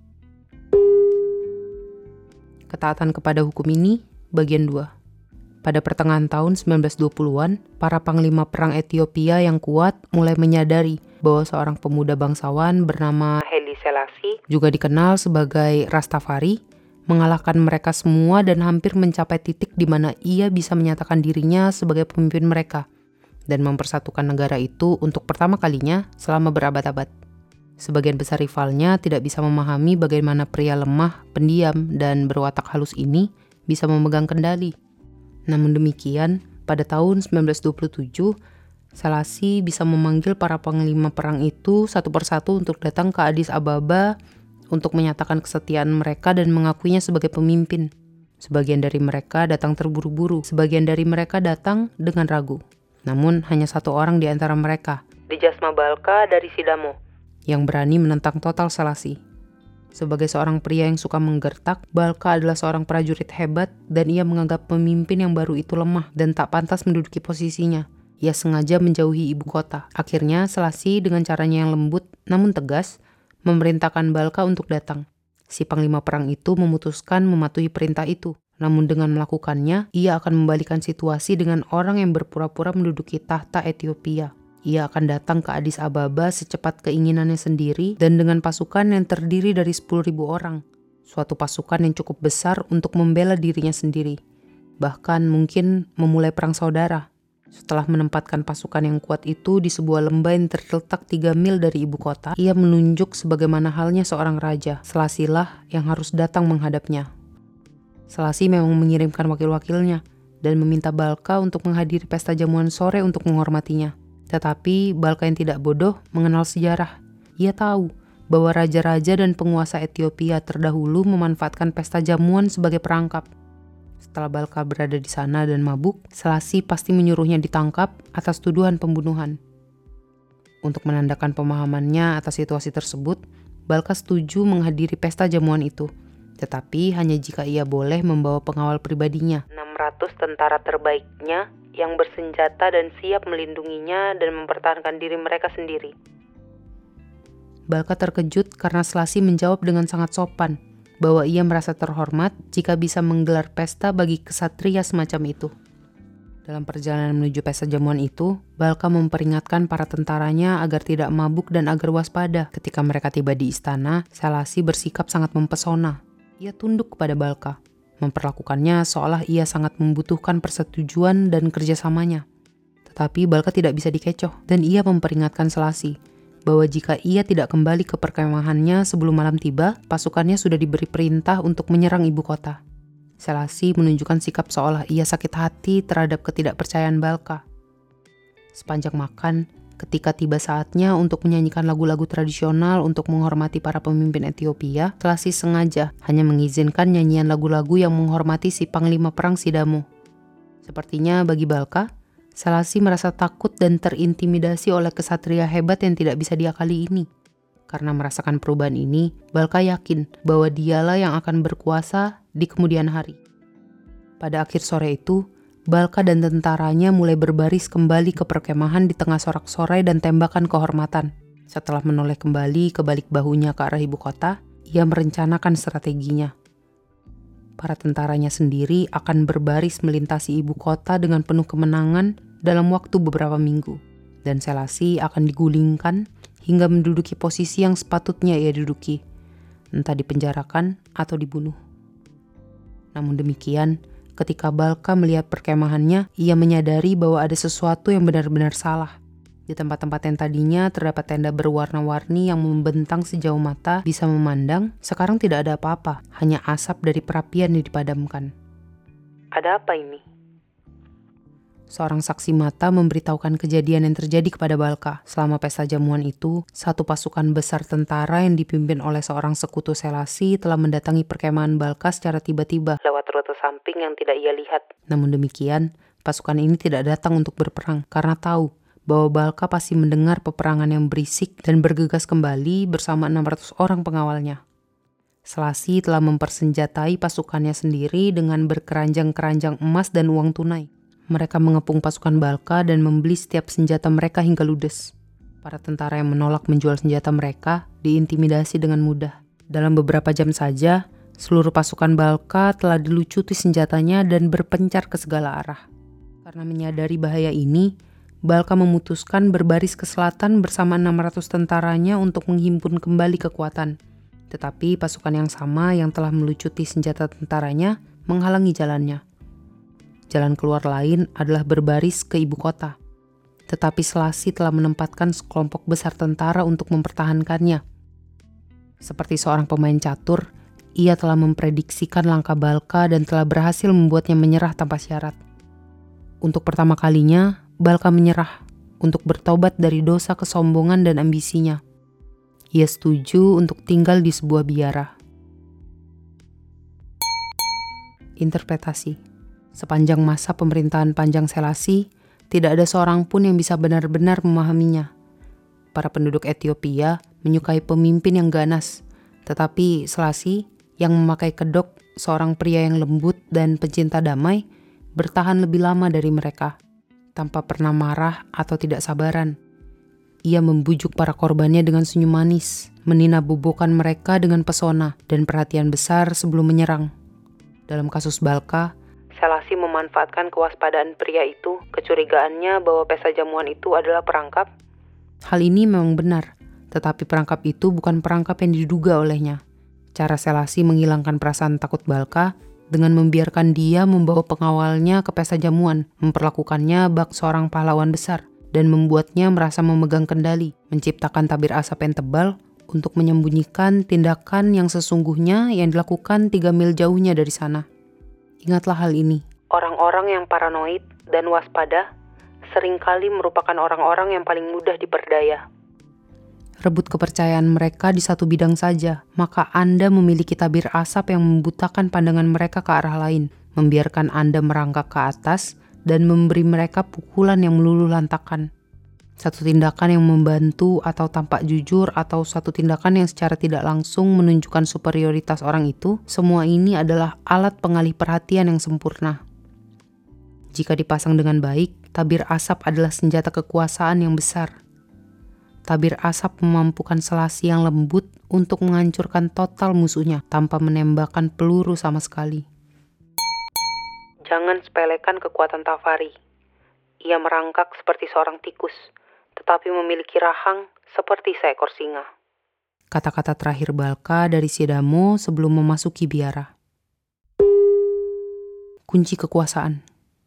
Ketaatan kepada hukum ini, bagian 2. Pada pertengahan tahun 1920-an, para panglima perang Ethiopia yang kuat mulai menyadari bahwa seorang pemuda bangsawan bernama Haile Selassie, juga dikenal sebagai Rastafari, mengalahkan mereka semua dan hampir mencapai titik di mana ia bisa menyatakan dirinya sebagai pemimpin mereka dan mempersatukan negara itu untuk pertama kalinya selama berabad-abad. Sebagian besar rivalnya tidak bisa memahami bagaimana pria lemah, pendiam, dan berwatak halus ini bisa memegang kendali. Namun demikian, pada tahun 1927, Selassie bisa memanggil para panglima perang itu satu persatu untuk datang ke Addis Ababa untuk menyatakan kesetiaan mereka dan mengakuinya sebagai pemimpin. Sebagian dari mereka datang terburu-buru, sebagian dari mereka datang dengan ragu. Namun hanya satu orang di antara mereka, Djazma Balka dari Sidamo, yang berani menentang total Selassie. Sebagai seorang pria yang suka menggertak, Balka adalah seorang prajurit hebat dan ia menganggap pemimpin yang baru itu lemah dan tak pantas menduduki posisinya. Ia sengaja menjauhi ibu kota. Akhirnya Selassie dengan caranya yang lembut namun tegas memerintahkan Balka untuk datang. Si panglima perang itu memutuskan mematuhi perintah itu. Namun dengan melakukannya, ia akan membalikan situasi dengan orang yang berpura-pura menduduki tahta Ethiopia. Ia akan datang ke Addis Ababa secepat keinginannya sendiri dan dengan pasukan yang terdiri dari 10.000 orang. Suatu pasukan yang cukup besar untuk membela dirinya sendiri. Bahkan mungkin memulai perang saudara. Setelah menempatkan pasukan yang kuat itu di sebuah lembah yang terletak 3 mil dari ibu kota, ia menunjuk sebagaimana halnya seorang raja. Selassie lah yang harus datang menghadapnya. Selasi memang mengirimkan wakil-wakilnya dan meminta Balka untuk menghadiri pesta jamuan sore untuk menghormatinya. Tetapi Balka yang tidak bodoh mengenal sejarah. Ia tahu bahwa raja-raja dan penguasa Ethiopia terdahulu memanfaatkan pesta jamuan sebagai perangkap. Setelah Balka berada di sana dan mabuk, Selasi pasti menyuruhnya ditangkap atas tuduhan pembunuhan. Untuk menandakan pemahamannya atas situasi tersebut, Balka setuju menghadiri pesta jamuan itu, tetapi hanya jika ia boleh membawa pengawal pribadinya. 600 tentara terbaiknya yang bersenjata dan siap melindunginya dan mempertahankan diri mereka sendiri. Balka terkejut karena Selasi menjawab dengan sangat sopan bahwa ia merasa terhormat jika bisa menggelar pesta bagi kesatria semacam itu. Dalam perjalanan menuju pesta jamuan itu, Balka memperingatkan para tentaranya agar tidak mabuk dan agar waspada. Ketika mereka tiba di istana, Selasi bersikap sangat mempesona. Ia tunduk kepada Balka, memperlakukannya seolah ia sangat membutuhkan persetujuan dan kerjasamanya. Tetapi Balka tidak bisa dikecoh dan ia memperingatkan Selasi bahwa jika ia tidak kembali ke perkemahannya sebelum malam tiba, pasukannya sudah diberi perintah untuk menyerang ibu kota. Selasi menunjukkan sikap seolah ia sakit hati terhadap ketidakpercayaan Balka. Sepanjang makan, ketika tiba saatnya untuk menyanyikan lagu-lagu tradisional untuk menghormati para pemimpin Ethiopia, Selasi sengaja hanya mengizinkan nyanyian lagu-lagu yang menghormati si Panglima Perang Sidamo. Sepertinya bagi Balka, Selasi merasa takut dan terintimidasi oleh kesatria hebat yang tidak bisa diakali ini. Karena merasakan perubahan ini, Balka yakin bahwa dialah yang akan berkuasa di kemudian hari. Pada akhir sore itu, Balka dan tentaranya mulai berbaris kembali ke perkemahan di tengah sorak-sorai dan tembakan kehormatan. Setelah menoleh kembali ke balik bahunya ke arah ibu kota, ia merencanakan strateginya. Para tentaranya sendiri akan berbaris melintasi ibu kota dengan penuh kemenangan dalam waktu beberapa minggu. Dan Selasi akan digulingkan hingga menduduki posisi yang sepatutnya ia duduki, entah dipenjarakan atau dibunuh. Namun demikian, ketika Balka melihat perkemahannya, ia menyadari bahwa ada sesuatu yang benar-benar salah. Di tempat-tempat yang tadinya terdapat tenda berwarna-warni yang membentang sejauh mata bisa memandang, sekarang tidak ada apa-apa, hanya asap dari perapian yang dipadamkan. Ada apa ini? Seorang saksi mata memberitahukan kejadian yang terjadi kepada Balka. Selama pesta jamuan itu, satu pasukan besar tentara yang dipimpin oleh seorang sekutu Selasi telah mendatangi perkemahan Balka secara tiba-tiba Lewat rute samping yang tidak ia lihat. Namun demikian, pasukan ini tidak datang untuk berperang karena tahu bahwa Balka pasti mendengar peperangan yang berisik dan bergegas kembali bersama 600 orang pengawalnya. Selasi telah mempersenjatai pasukannya sendiri dengan berkeranjang-keranjang emas dan uang tunai. Mereka mengepung pasukan Balka dan membeli setiap senjata mereka hingga ludes. Para tentara yang menolak menjual senjata mereka diintimidasi dengan mudah. Dalam beberapa jam saja, seluruh pasukan Balka telah dilucuti senjatanya dan berpencar ke segala arah. Karena menyadari bahaya ini, Balka memutuskan berbaris ke selatan bersama 600 tentaranya untuk menghimpun kembali kekuatan. Tetapi pasukan yang sama yang telah melucuti senjata tentaranya menghalangi jalannya. Jalan keluar lain adalah berbaris ke ibu kota. Tetapi Selasi telah menempatkan sekelompok besar tentara untuk mempertahankannya. Seperti seorang pemain catur, ia telah memprediksikan langkah Balka dan telah berhasil membuatnya menyerah tanpa syarat. Untuk pertama kalinya, Balka menyerah untuk bertobat dari dosa kesombongan dan ambisinya. Ia setuju untuk tinggal di sebuah biara. Interpretasi. Sepanjang masa pemerintahan panjang Selasi, tidak ada seorang pun yang bisa benar-benar memahaminya. Para penduduk Ethiopia menyukai pemimpin yang ganas, tetapi Selasi yang memakai kedok, seorang pria yang lembut dan pencinta damai, bertahan lebih lama dari mereka. Tanpa pernah marah atau tidak sabaran. Ia membujuk para korbannya dengan senyum manis, menina bobokan mereka dengan pesona dan perhatian besar sebelum menyerang. Dalam kasus Balka, Selasi memanfaatkan kewaspadaan pria itu, kecurigaannya bahwa pesta jamuan itu adalah perangkap. Hal ini memang benar, tetapi perangkap itu bukan perangkap yang diduga olehnya. Cara Selasi menghilangkan perasaan takut Balka dengan membiarkan dia membawa pengawalnya ke pesta jamuan, memperlakukannya bak seorang pahlawan besar, dan membuatnya merasa memegang kendali, menciptakan tabir asap yang tebal untuk menyembunyikan tindakan yang sesungguhnya yang dilakukan 3 mil jauhnya dari sana. Ingatlah hal ini. Orang-orang yang paranoid dan waspada seringkali merupakan orang-orang yang paling mudah diperdaya. Rebut kepercayaan mereka di satu bidang saja, maka Anda memiliki tabir asap yang membutakan pandangan mereka ke arah lain, membiarkan Anda merangkak ke atas, dan memberi mereka pukulan yang meluluh lantakan. Satu tindakan yang membantu atau tampak jujur, atau satu tindakan yang secara tidak langsung menunjukkan superioritas orang itu, semua ini adalah alat pengalih perhatian yang sempurna. Jika dipasang dengan baik, tabir asap adalah senjata kekuasaan yang besar. Tabir asap memampukan selasi yang lembut untuk menghancurkan total musuhnya tanpa menembakkan peluru sama sekali. Jangan sepelekan kekuatan Tafari. Ia merangkak seperti seorang tikus, tetapi memiliki rahang seperti seekor singa. Kata-kata terakhir Balka dari Siedamo sebelum memasuki biara. Kunci kekuasaan.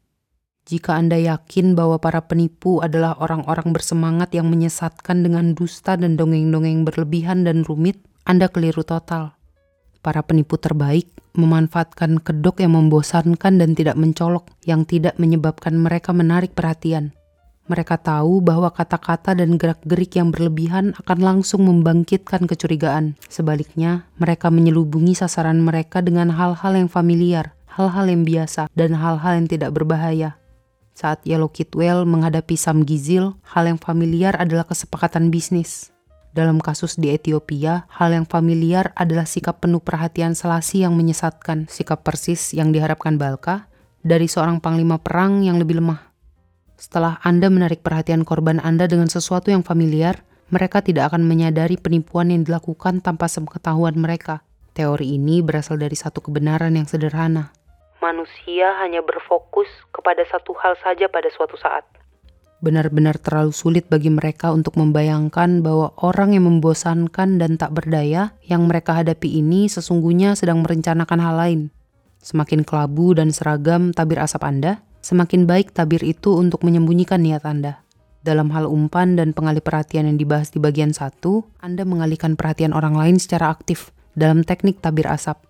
Jika Anda yakin bahwa para penipu adalah orang-orang bersemangat yang menyesatkan dengan dusta dan dongeng-dongeng berlebihan dan rumit, Anda keliru total. Para penipu terbaik memanfaatkan kedok yang membosankan dan tidak mencolok, yang tidak menyebabkan mereka menarik perhatian. Mereka tahu bahwa kata-kata dan gerak-gerik yang berlebihan akan langsung membangkitkan kecurigaan. Sebaliknya, mereka menyelubungi sasaran mereka dengan hal-hal yang familiar, hal-hal yang biasa, dan hal-hal yang tidak berbahaya. Saat Yellow Kidwell menghadapi Sam Gizil, hal yang familiar adalah kesepakatan bisnis. Dalam kasus di Ethiopia, hal yang familiar adalah sikap penuh perhatian Selasi yang menyesatkan, sikap persis yang diharapkan Balka dari seorang panglima perang yang lebih lemah. Setelah Anda menarik perhatian korban Anda dengan sesuatu yang familiar, mereka tidak akan menyadari penipuan yang dilakukan tanpa sepengetahuan mereka. Teori ini berasal dari satu kebenaran yang sederhana. Manusia hanya berfokus kepada satu hal saja pada suatu saat. Benar-benar terlalu sulit bagi mereka untuk membayangkan bahwa orang yang membosankan dan tak berdaya yang mereka hadapi ini sesungguhnya sedang merencanakan hal lain. Semakin kelabu dan seragam tabir asap Anda, semakin baik tabir itu untuk menyembunyikan niat Anda. Dalam hal umpan dan pengalih perhatian yang dibahas di bagian 1, Anda mengalihkan perhatian orang lain secara aktif dalam teknik tabir asap.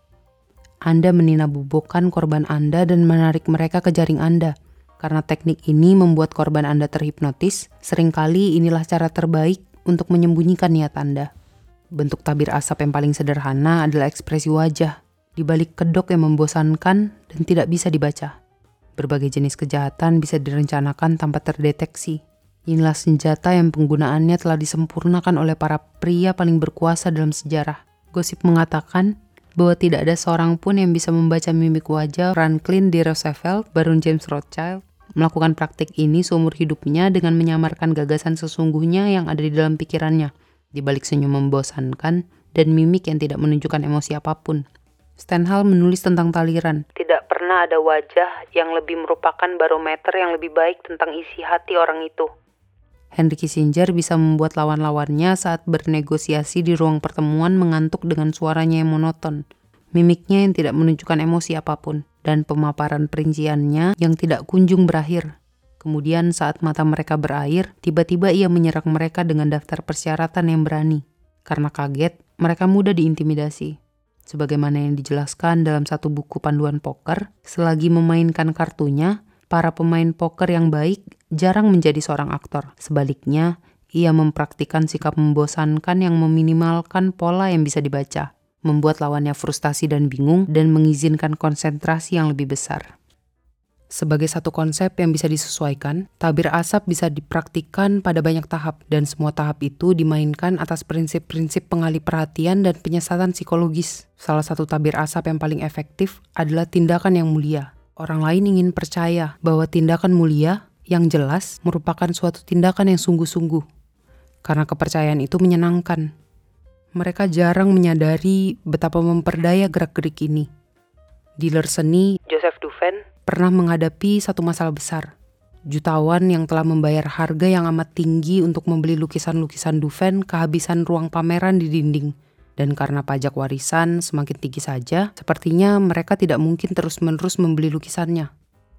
Anda meninabobokan korban Anda dan menarik mereka ke jaring Anda. Karena teknik ini membuat korban Anda terhipnotis, seringkali inilah cara terbaik untuk menyembunyikan niat Anda. Bentuk tabir asap yang paling sederhana adalah ekspresi wajah, di balik kedok yang membosankan dan tidak bisa dibaca. Berbagai jenis kejahatan bisa direncanakan tanpa terdeteksi. Inilah senjata yang penggunaannya telah disempurnakan oleh para pria paling berkuasa dalam sejarah. Gosip mengatakan bahwa tidak ada seorang pun yang bisa membaca mimik wajah Franklin D. Roosevelt, Baron James Rothschild, melakukan praktik ini seumur hidupnya dengan menyamarkan gagasan sesungguhnya yang ada di dalam pikirannya, di balik senyum membosankan dan mimik yang tidak menunjukkan emosi apapun. Stendhal menulis tentang taliran. Tidak pernah ada wajah yang lebih merupakan barometer yang lebih baik tentang isi hati orang itu. Henry Kissinger bisa membuat lawan-lawannya saat bernegosiasi di ruang pertemuan mengantuk dengan suaranya yang monoton, mimiknya yang tidak menunjukkan emosi apapun, dan pemaparan perinciannya yang tidak kunjung berakhir. Kemudian saat mata mereka berair, tiba-tiba ia menyerang mereka dengan daftar persyaratan yang berani. Karena kaget, mereka mudah diintimidasi. Sebagaimana yang dijelaskan dalam satu buku panduan poker, selagi memainkan kartunya, para pemain poker yang baik jarang menjadi seorang aktor. Sebaliknya, ia mempraktikkan sikap membosankan yang meminimalkan pola yang bisa dibaca, membuat lawannya frustasi dan bingung, dan mengizinkan konsentrasi yang lebih besar. Sebagai satu konsep yang bisa disesuaikan, tabir asap bisa dipraktikkan pada banyak tahap, dan semua tahap itu dimainkan atas prinsip-prinsip pengalih perhatian dan penyesatan psikologis. Salah satu tabir asap yang paling efektif adalah tindakan yang mulia. Orang lain ingin percaya bahwa tindakan mulia yang jelas merupakan suatu tindakan yang sungguh-sungguh. Karena kepercayaan itu menyenangkan. Mereka jarang menyadari betapa memperdaya gerak-gerik ini. Dealer seni Joseph Duven pernah menghadapi satu masalah besar. Jutawan yang telah membayar harga yang amat tinggi untuk membeli lukisan-lukisan Duven kehabisan ruang pameran di dinding. Dan karena pajak warisan semakin tinggi saja, sepertinya mereka tidak mungkin terus-menerus membeli lukisannya.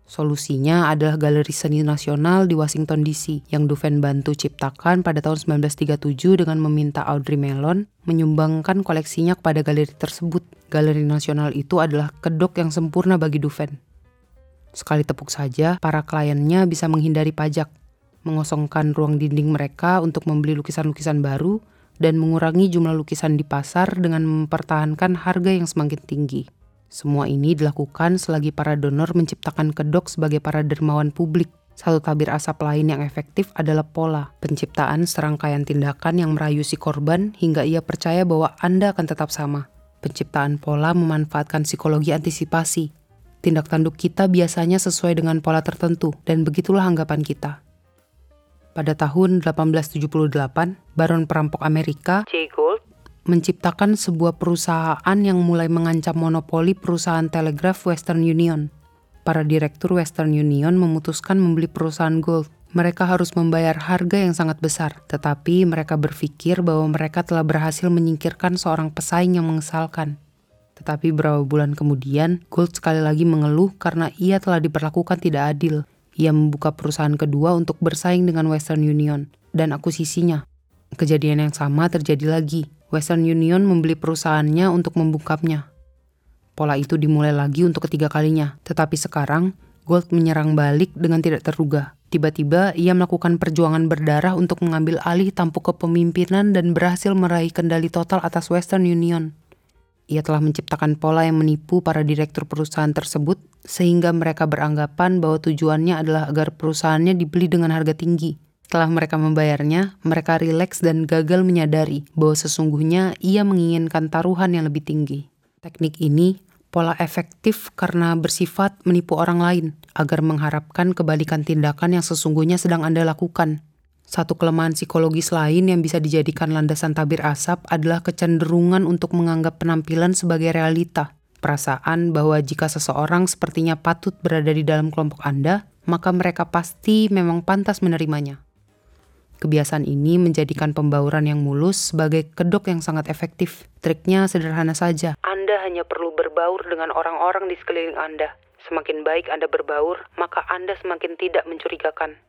Solusinya adalah Galeri Seni Nasional di Washington DC yang Dufan bantu ciptakan pada tahun 1937 dengan meminta Audrey Mellon menyumbangkan koleksinya kepada galeri tersebut. Galeri Nasional itu adalah kedok yang sempurna bagi Dufan. Sekali tepuk saja, para kliennya bisa menghindari pajak, mengosongkan ruang dinding mereka untuk membeli lukisan-lukisan baru, dan mengurangi jumlah lukisan di pasar dengan mempertahankan harga yang semakin tinggi. Semua ini dilakukan selagi para donor menciptakan kedok sebagai para dermawan publik. Satu tabir asap lain yang efektif adalah pola, penciptaan serangkaian tindakan yang merayu si korban hingga ia percaya bahwa Anda akan tetap sama. Penciptaan pola memanfaatkan psikologi antisipasi. Tindak tanduk kita biasanya sesuai dengan pola tertentu, dan begitulah anggapan kita. Pada tahun 1878, Baron perampok Amerika, Jay Gould, menciptakan sebuah perusahaan yang mulai mengancam monopoli perusahaan telegraf Western Union. Para direktur Western Union memutuskan membeli perusahaan Gould. Mereka harus membayar harga yang sangat besar, tetapi mereka berpikir bahwa mereka telah berhasil menyingkirkan seorang pesaing yang mengesalkan. Tetapi beberapa bulan kemudian, Gould sekali lagi mengeluh karena ia telah diperlakukan tidak adil. Ia membuka perusahaan kedua untuk bersaing dengan Western Union dan akuisisinya. Kejadian yang sama terjadi lagi. Western Union membeli perusahaannya untuk membungkamnya. Pola itu dimulai lagi untuk ketiga kalinya. Tetapi sekarang, Gould menyerang balik dengan tidak terduga. Tiba-tiba, ia melakukan perjuangan berdarah untuk mengambil alih tampuk kepemimpinan dan berhasil meraih kendali total atas Western Union. Ia telah menciptakan pola yang menipu para direktur perusahaan tersebut, sehingga mereka beranggapan bahwa tujuannya adalah agar perusahaannya dibeli dengan harga tinggi. Setelah mereka membayarnya, mereka rileks dan gagal menyadari bahwa sesungguhnya ia menginginkan taruhan yang lebih tinggi. Teknik ini, pola efektif karena bersifat menipu orang lain, agar mengharapkan kebalikan tindakan yang sesungguhnya sedang Anda lakukan. Satu kelemahan psikologis lain yang bisa dijadikan landasan tabir asap adalah kecenderungan untuk menganggap penampilan sebagai realita. Perasaan bahwa jika seseorang sepertinya patut berada di dalam kelompok Anda, maka mereka pasti memang pantas menerimanya. Kebiasaan ini menjadikan pembauran yang mulus sebagai kedok yang sangat efektif. Triknya sederhana saja. Anda hanya perlu berbaur dengan orang-orang di sekeliling Anda. Semakin baik Anda berbaur, maka Anda semakin tidak mencurigakan.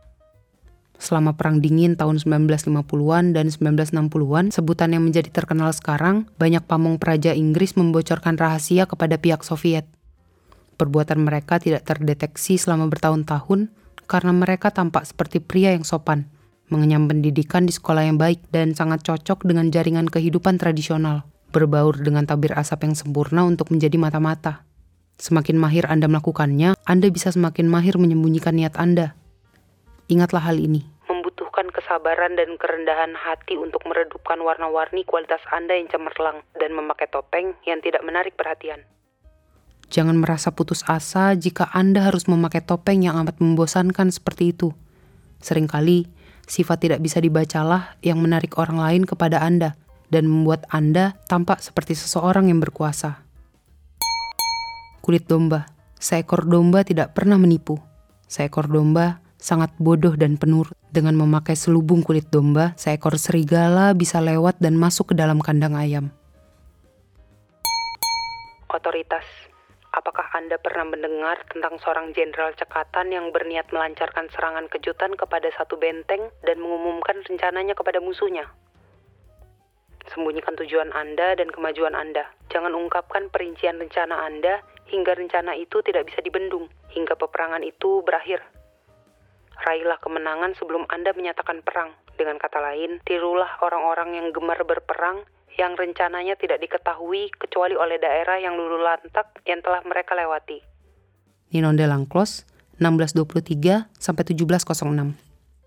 Selama Perang Dingin tahun 1950-an dan 1960-an, sebutan yang menjadi terkenal sekarang, banyak pamong praja Inggris membocorkan rahasia kepada pihak Soviet. Perbuatan mereka tidak terdeteksi selama bertahun-tahun karena mereka tampak seperti pria yang sopan, mengenyam pendidikan di sekolah yang baik, dan sangat cocok dengan jaringan kehidupan tradisional, berbaur dengan tabir asap yang sempurna untuk menjadi mata-mata. Semakin mahir Anda melakukannya, Anda bisa semakin mahir menyembunyikan niat Anda. Ingatlah hal ini. Membutuhkan kesabaran dan kerendahan hati untuk meredupkan warna-warni kualitas Anda yang cemerlang dan memakai topeng yang tidak menarik perhatian. Jangan merasa putus asa jika Anda harus memakai topeng yang amat membosankan seperti itu. Seringkali, sifat tidak bisa dibacalah yang menarik orang lain kepada Anda dan membuat Anda tampak seperti seseorang yang berkuasa. Kulit domba. Seekor domba tidak pernah menipu. Seekor domba sangat bodoh dan penurut. Dengan memakai selubung kulit domba, seekor serigala bisa lewat dan masuk ke dalam kandang ayam. Otoritas. Apakah Anda pernah mendengar tentang seorang jenderal cekatan yang berniat melancarkan serangan kejutan kepada satu benteng dan mengumumkan rencananya kepada musuhnya? Sembunyikan tujuan Anda dan kemajuan Anda. Jangan ungkapkan perincian rencana Anda hingga rencana itu tidak bisa dibendung, hingga peperangan itu berakhir. Raihlah kemenangan sebelum Anda menyatakan perang. Dengan kata lain, tirulah orang-orang yang gemar berperang yang rencananya tidak diketahui kecuali oleh daerah yang luluh lantak yang telah mereka lewati. Ninon de Langclos, 1623-1706.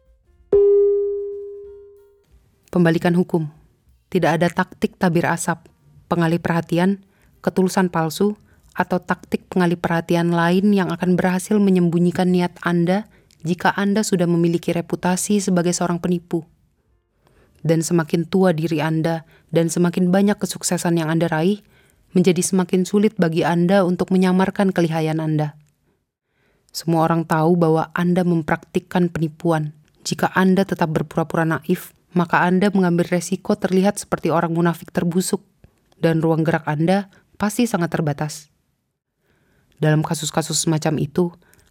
Pembalikan hukum. Tidak ada taktik tabir asap, pengalih perhatian, ketulusan palsu, atau taktik pengalih perhatian lain yang akan berhasil menyembunyikan niat Anda jika Anda sudah memiliki reputasi sebagai seorang penipu. Dan semakin tua diri Anda dan semakin banyak kesuksesan yang Anda raih, menjadi semakin sulit bagi Anda untuk menyamarkan kelihayan Anda. Semua orang tahu bahwa Anda mempraktikkan penipuan. Jika Anda tetap berpura-pura naif, maka Anda mengambil resiko terlihat seperti orang munafik terbusuk, dan ruang gerak Anda pasti sangat terbatas. Dalam kasus-kasus semacam itu,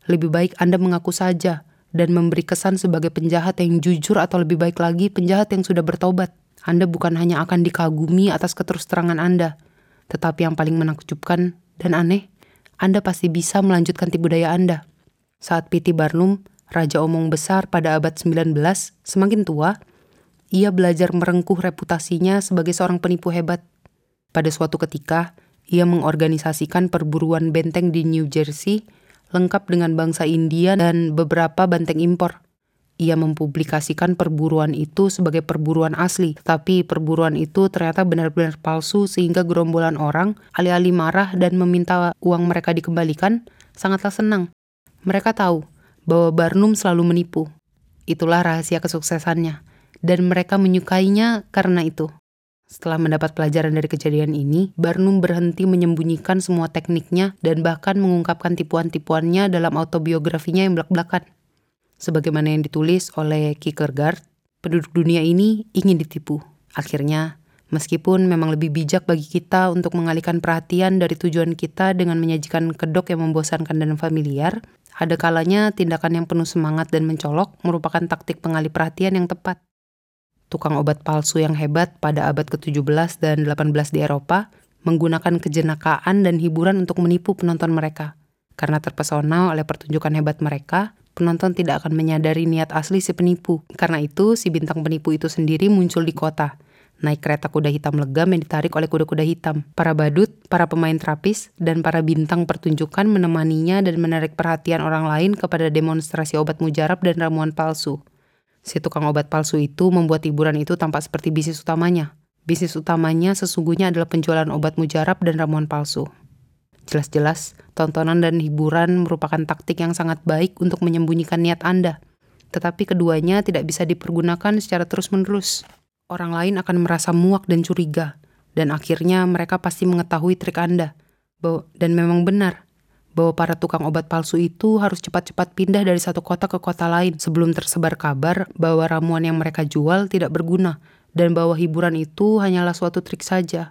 Lebih baik Anda mengaku saja dan memberi kesan sebagai penjahat yang jujur atau lebih baik lagi penjahat yang sudah bertobat. Anda bukan hanya akan dikagumi atas keterus-terangan Anda, tetapi yang paling menakjubkan dan aneh, Anda pasti bisa melanjutkan tipu daya Anda. Saat P.T. Barnum, raja omong besar pada abad 19, semakin tua, ia belajar merengkuh reputasinya sebagai seorang penipu hebat. Pada suatu ketika, ia mengorganisasikan perburuan benteng di New Jersey, lengkap dengan bangsa India dan beberapa banteng impor. Ia mempublikasikan perburuan itu sebagai perburuan asli, tapi perburuan itu ternyata benar-benar palsu sehingga gerombolan orang, alih-alih marah dan meminta uang mereka dikembalikan, sangatlah senang. Mereka tahu bahwa Barnum selalu menipu. Itulah rahasia kesuksesannya, dan mereka menyukainya karena itu. Setelah mendapat pelajaran dari kejadian ini, Barnum berhenti menyembunyikan semua tekniknya dan bahkan mengungkapkan tipuan-tipuannya dalam autobiografinya yang belak-belakan. Sebagaimana yang ditulis oleh Kierkegaard, penduduk dunia ini ingin ditipu. Akhirnya, meskipun memang lebih bijak bagi kita untuk mengalihkan perhatian dari tujuan kita dengan menyajikan kedok yang membosankan dan familiar, ada kalanya tindakan yang penuh semangat dan mencolok merupakan taktik pengalih perhatian yang tepat. Tukang obat palsu yang hebat pada abad ke-17 dan 18 di Eropa menggunakan kejenakaan dan hiburan untuk menipu penonton mereka. Karena terpesona oleh pertunjukan hebat mereka, penonton tidak akan menyadari niat asli si penipu. Karena itu, si bintang penipu itu sendiri muncul di kota, naik kereta kuda hitam legam yang ditarik oleh kuda-kuda hitam. Para badut, para pemain terapis, dan para bintang pertunjukan menemaninya dan menarik perhatian orang lain kepada demonstrasi obat mujarab dan ramuan palsu. Si tukang obat palsu itu membuat hiburan itu tampak seperti bisnis utamanya. Bisnis utamanya sesungguhnya adalah penjualan obat mujarab dan ramuan palsu. Jelas-jelas, tontonan dan hiburan merupakan taktik yang sangat baik untuk menyembunyikan niat Anda. Tetapi keduanya tidak bisa dipergunakan secara terus-menerus. Orang lain akan merasa muak dan curiga, dan akhirnya mereka pasti mengetahui trik Anda. Dan memang benar, bahwa para tukang obat palsu itu harus cepat-cepat pindah dari satu kota ke kota lain sebelum tersebar kabar bahwa ramuan yang mereka jual tidak berguna dan bahwa hiburan itu hanyalah suatu trik saja.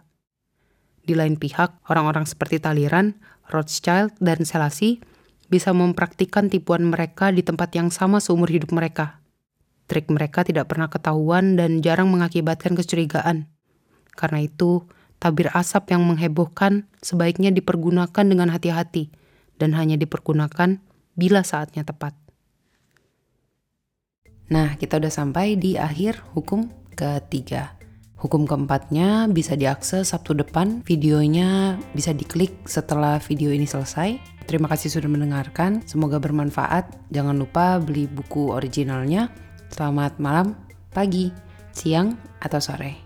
Di lain pihak, orang-orang seperti Talleyrand, Rothschild, dan Selassie bisa mempraktikkan tipuan mereka di tempat yang sama seumur hidup mereka. Trik mereka tidak pernah ketahuan dan jarang mengakibatkan kecurigaan. Karena itu, tabir asap yang menghebohkan sebaiknya dipergunakan dengan hati-hati dan hanya dipergunakan bila saatnya tepat. Nah, kita udah sampai di akhir hukum ketiga. Hukum keempatnya bisa diakses Sabtu depan, videonya bisa diklik setelah video ini selesai. Terima kasih sudah mendengarkan, semoga bermanfaat. Jangan lupa beli buku originalnya. Selamat malam, pagi, siang, atau sore.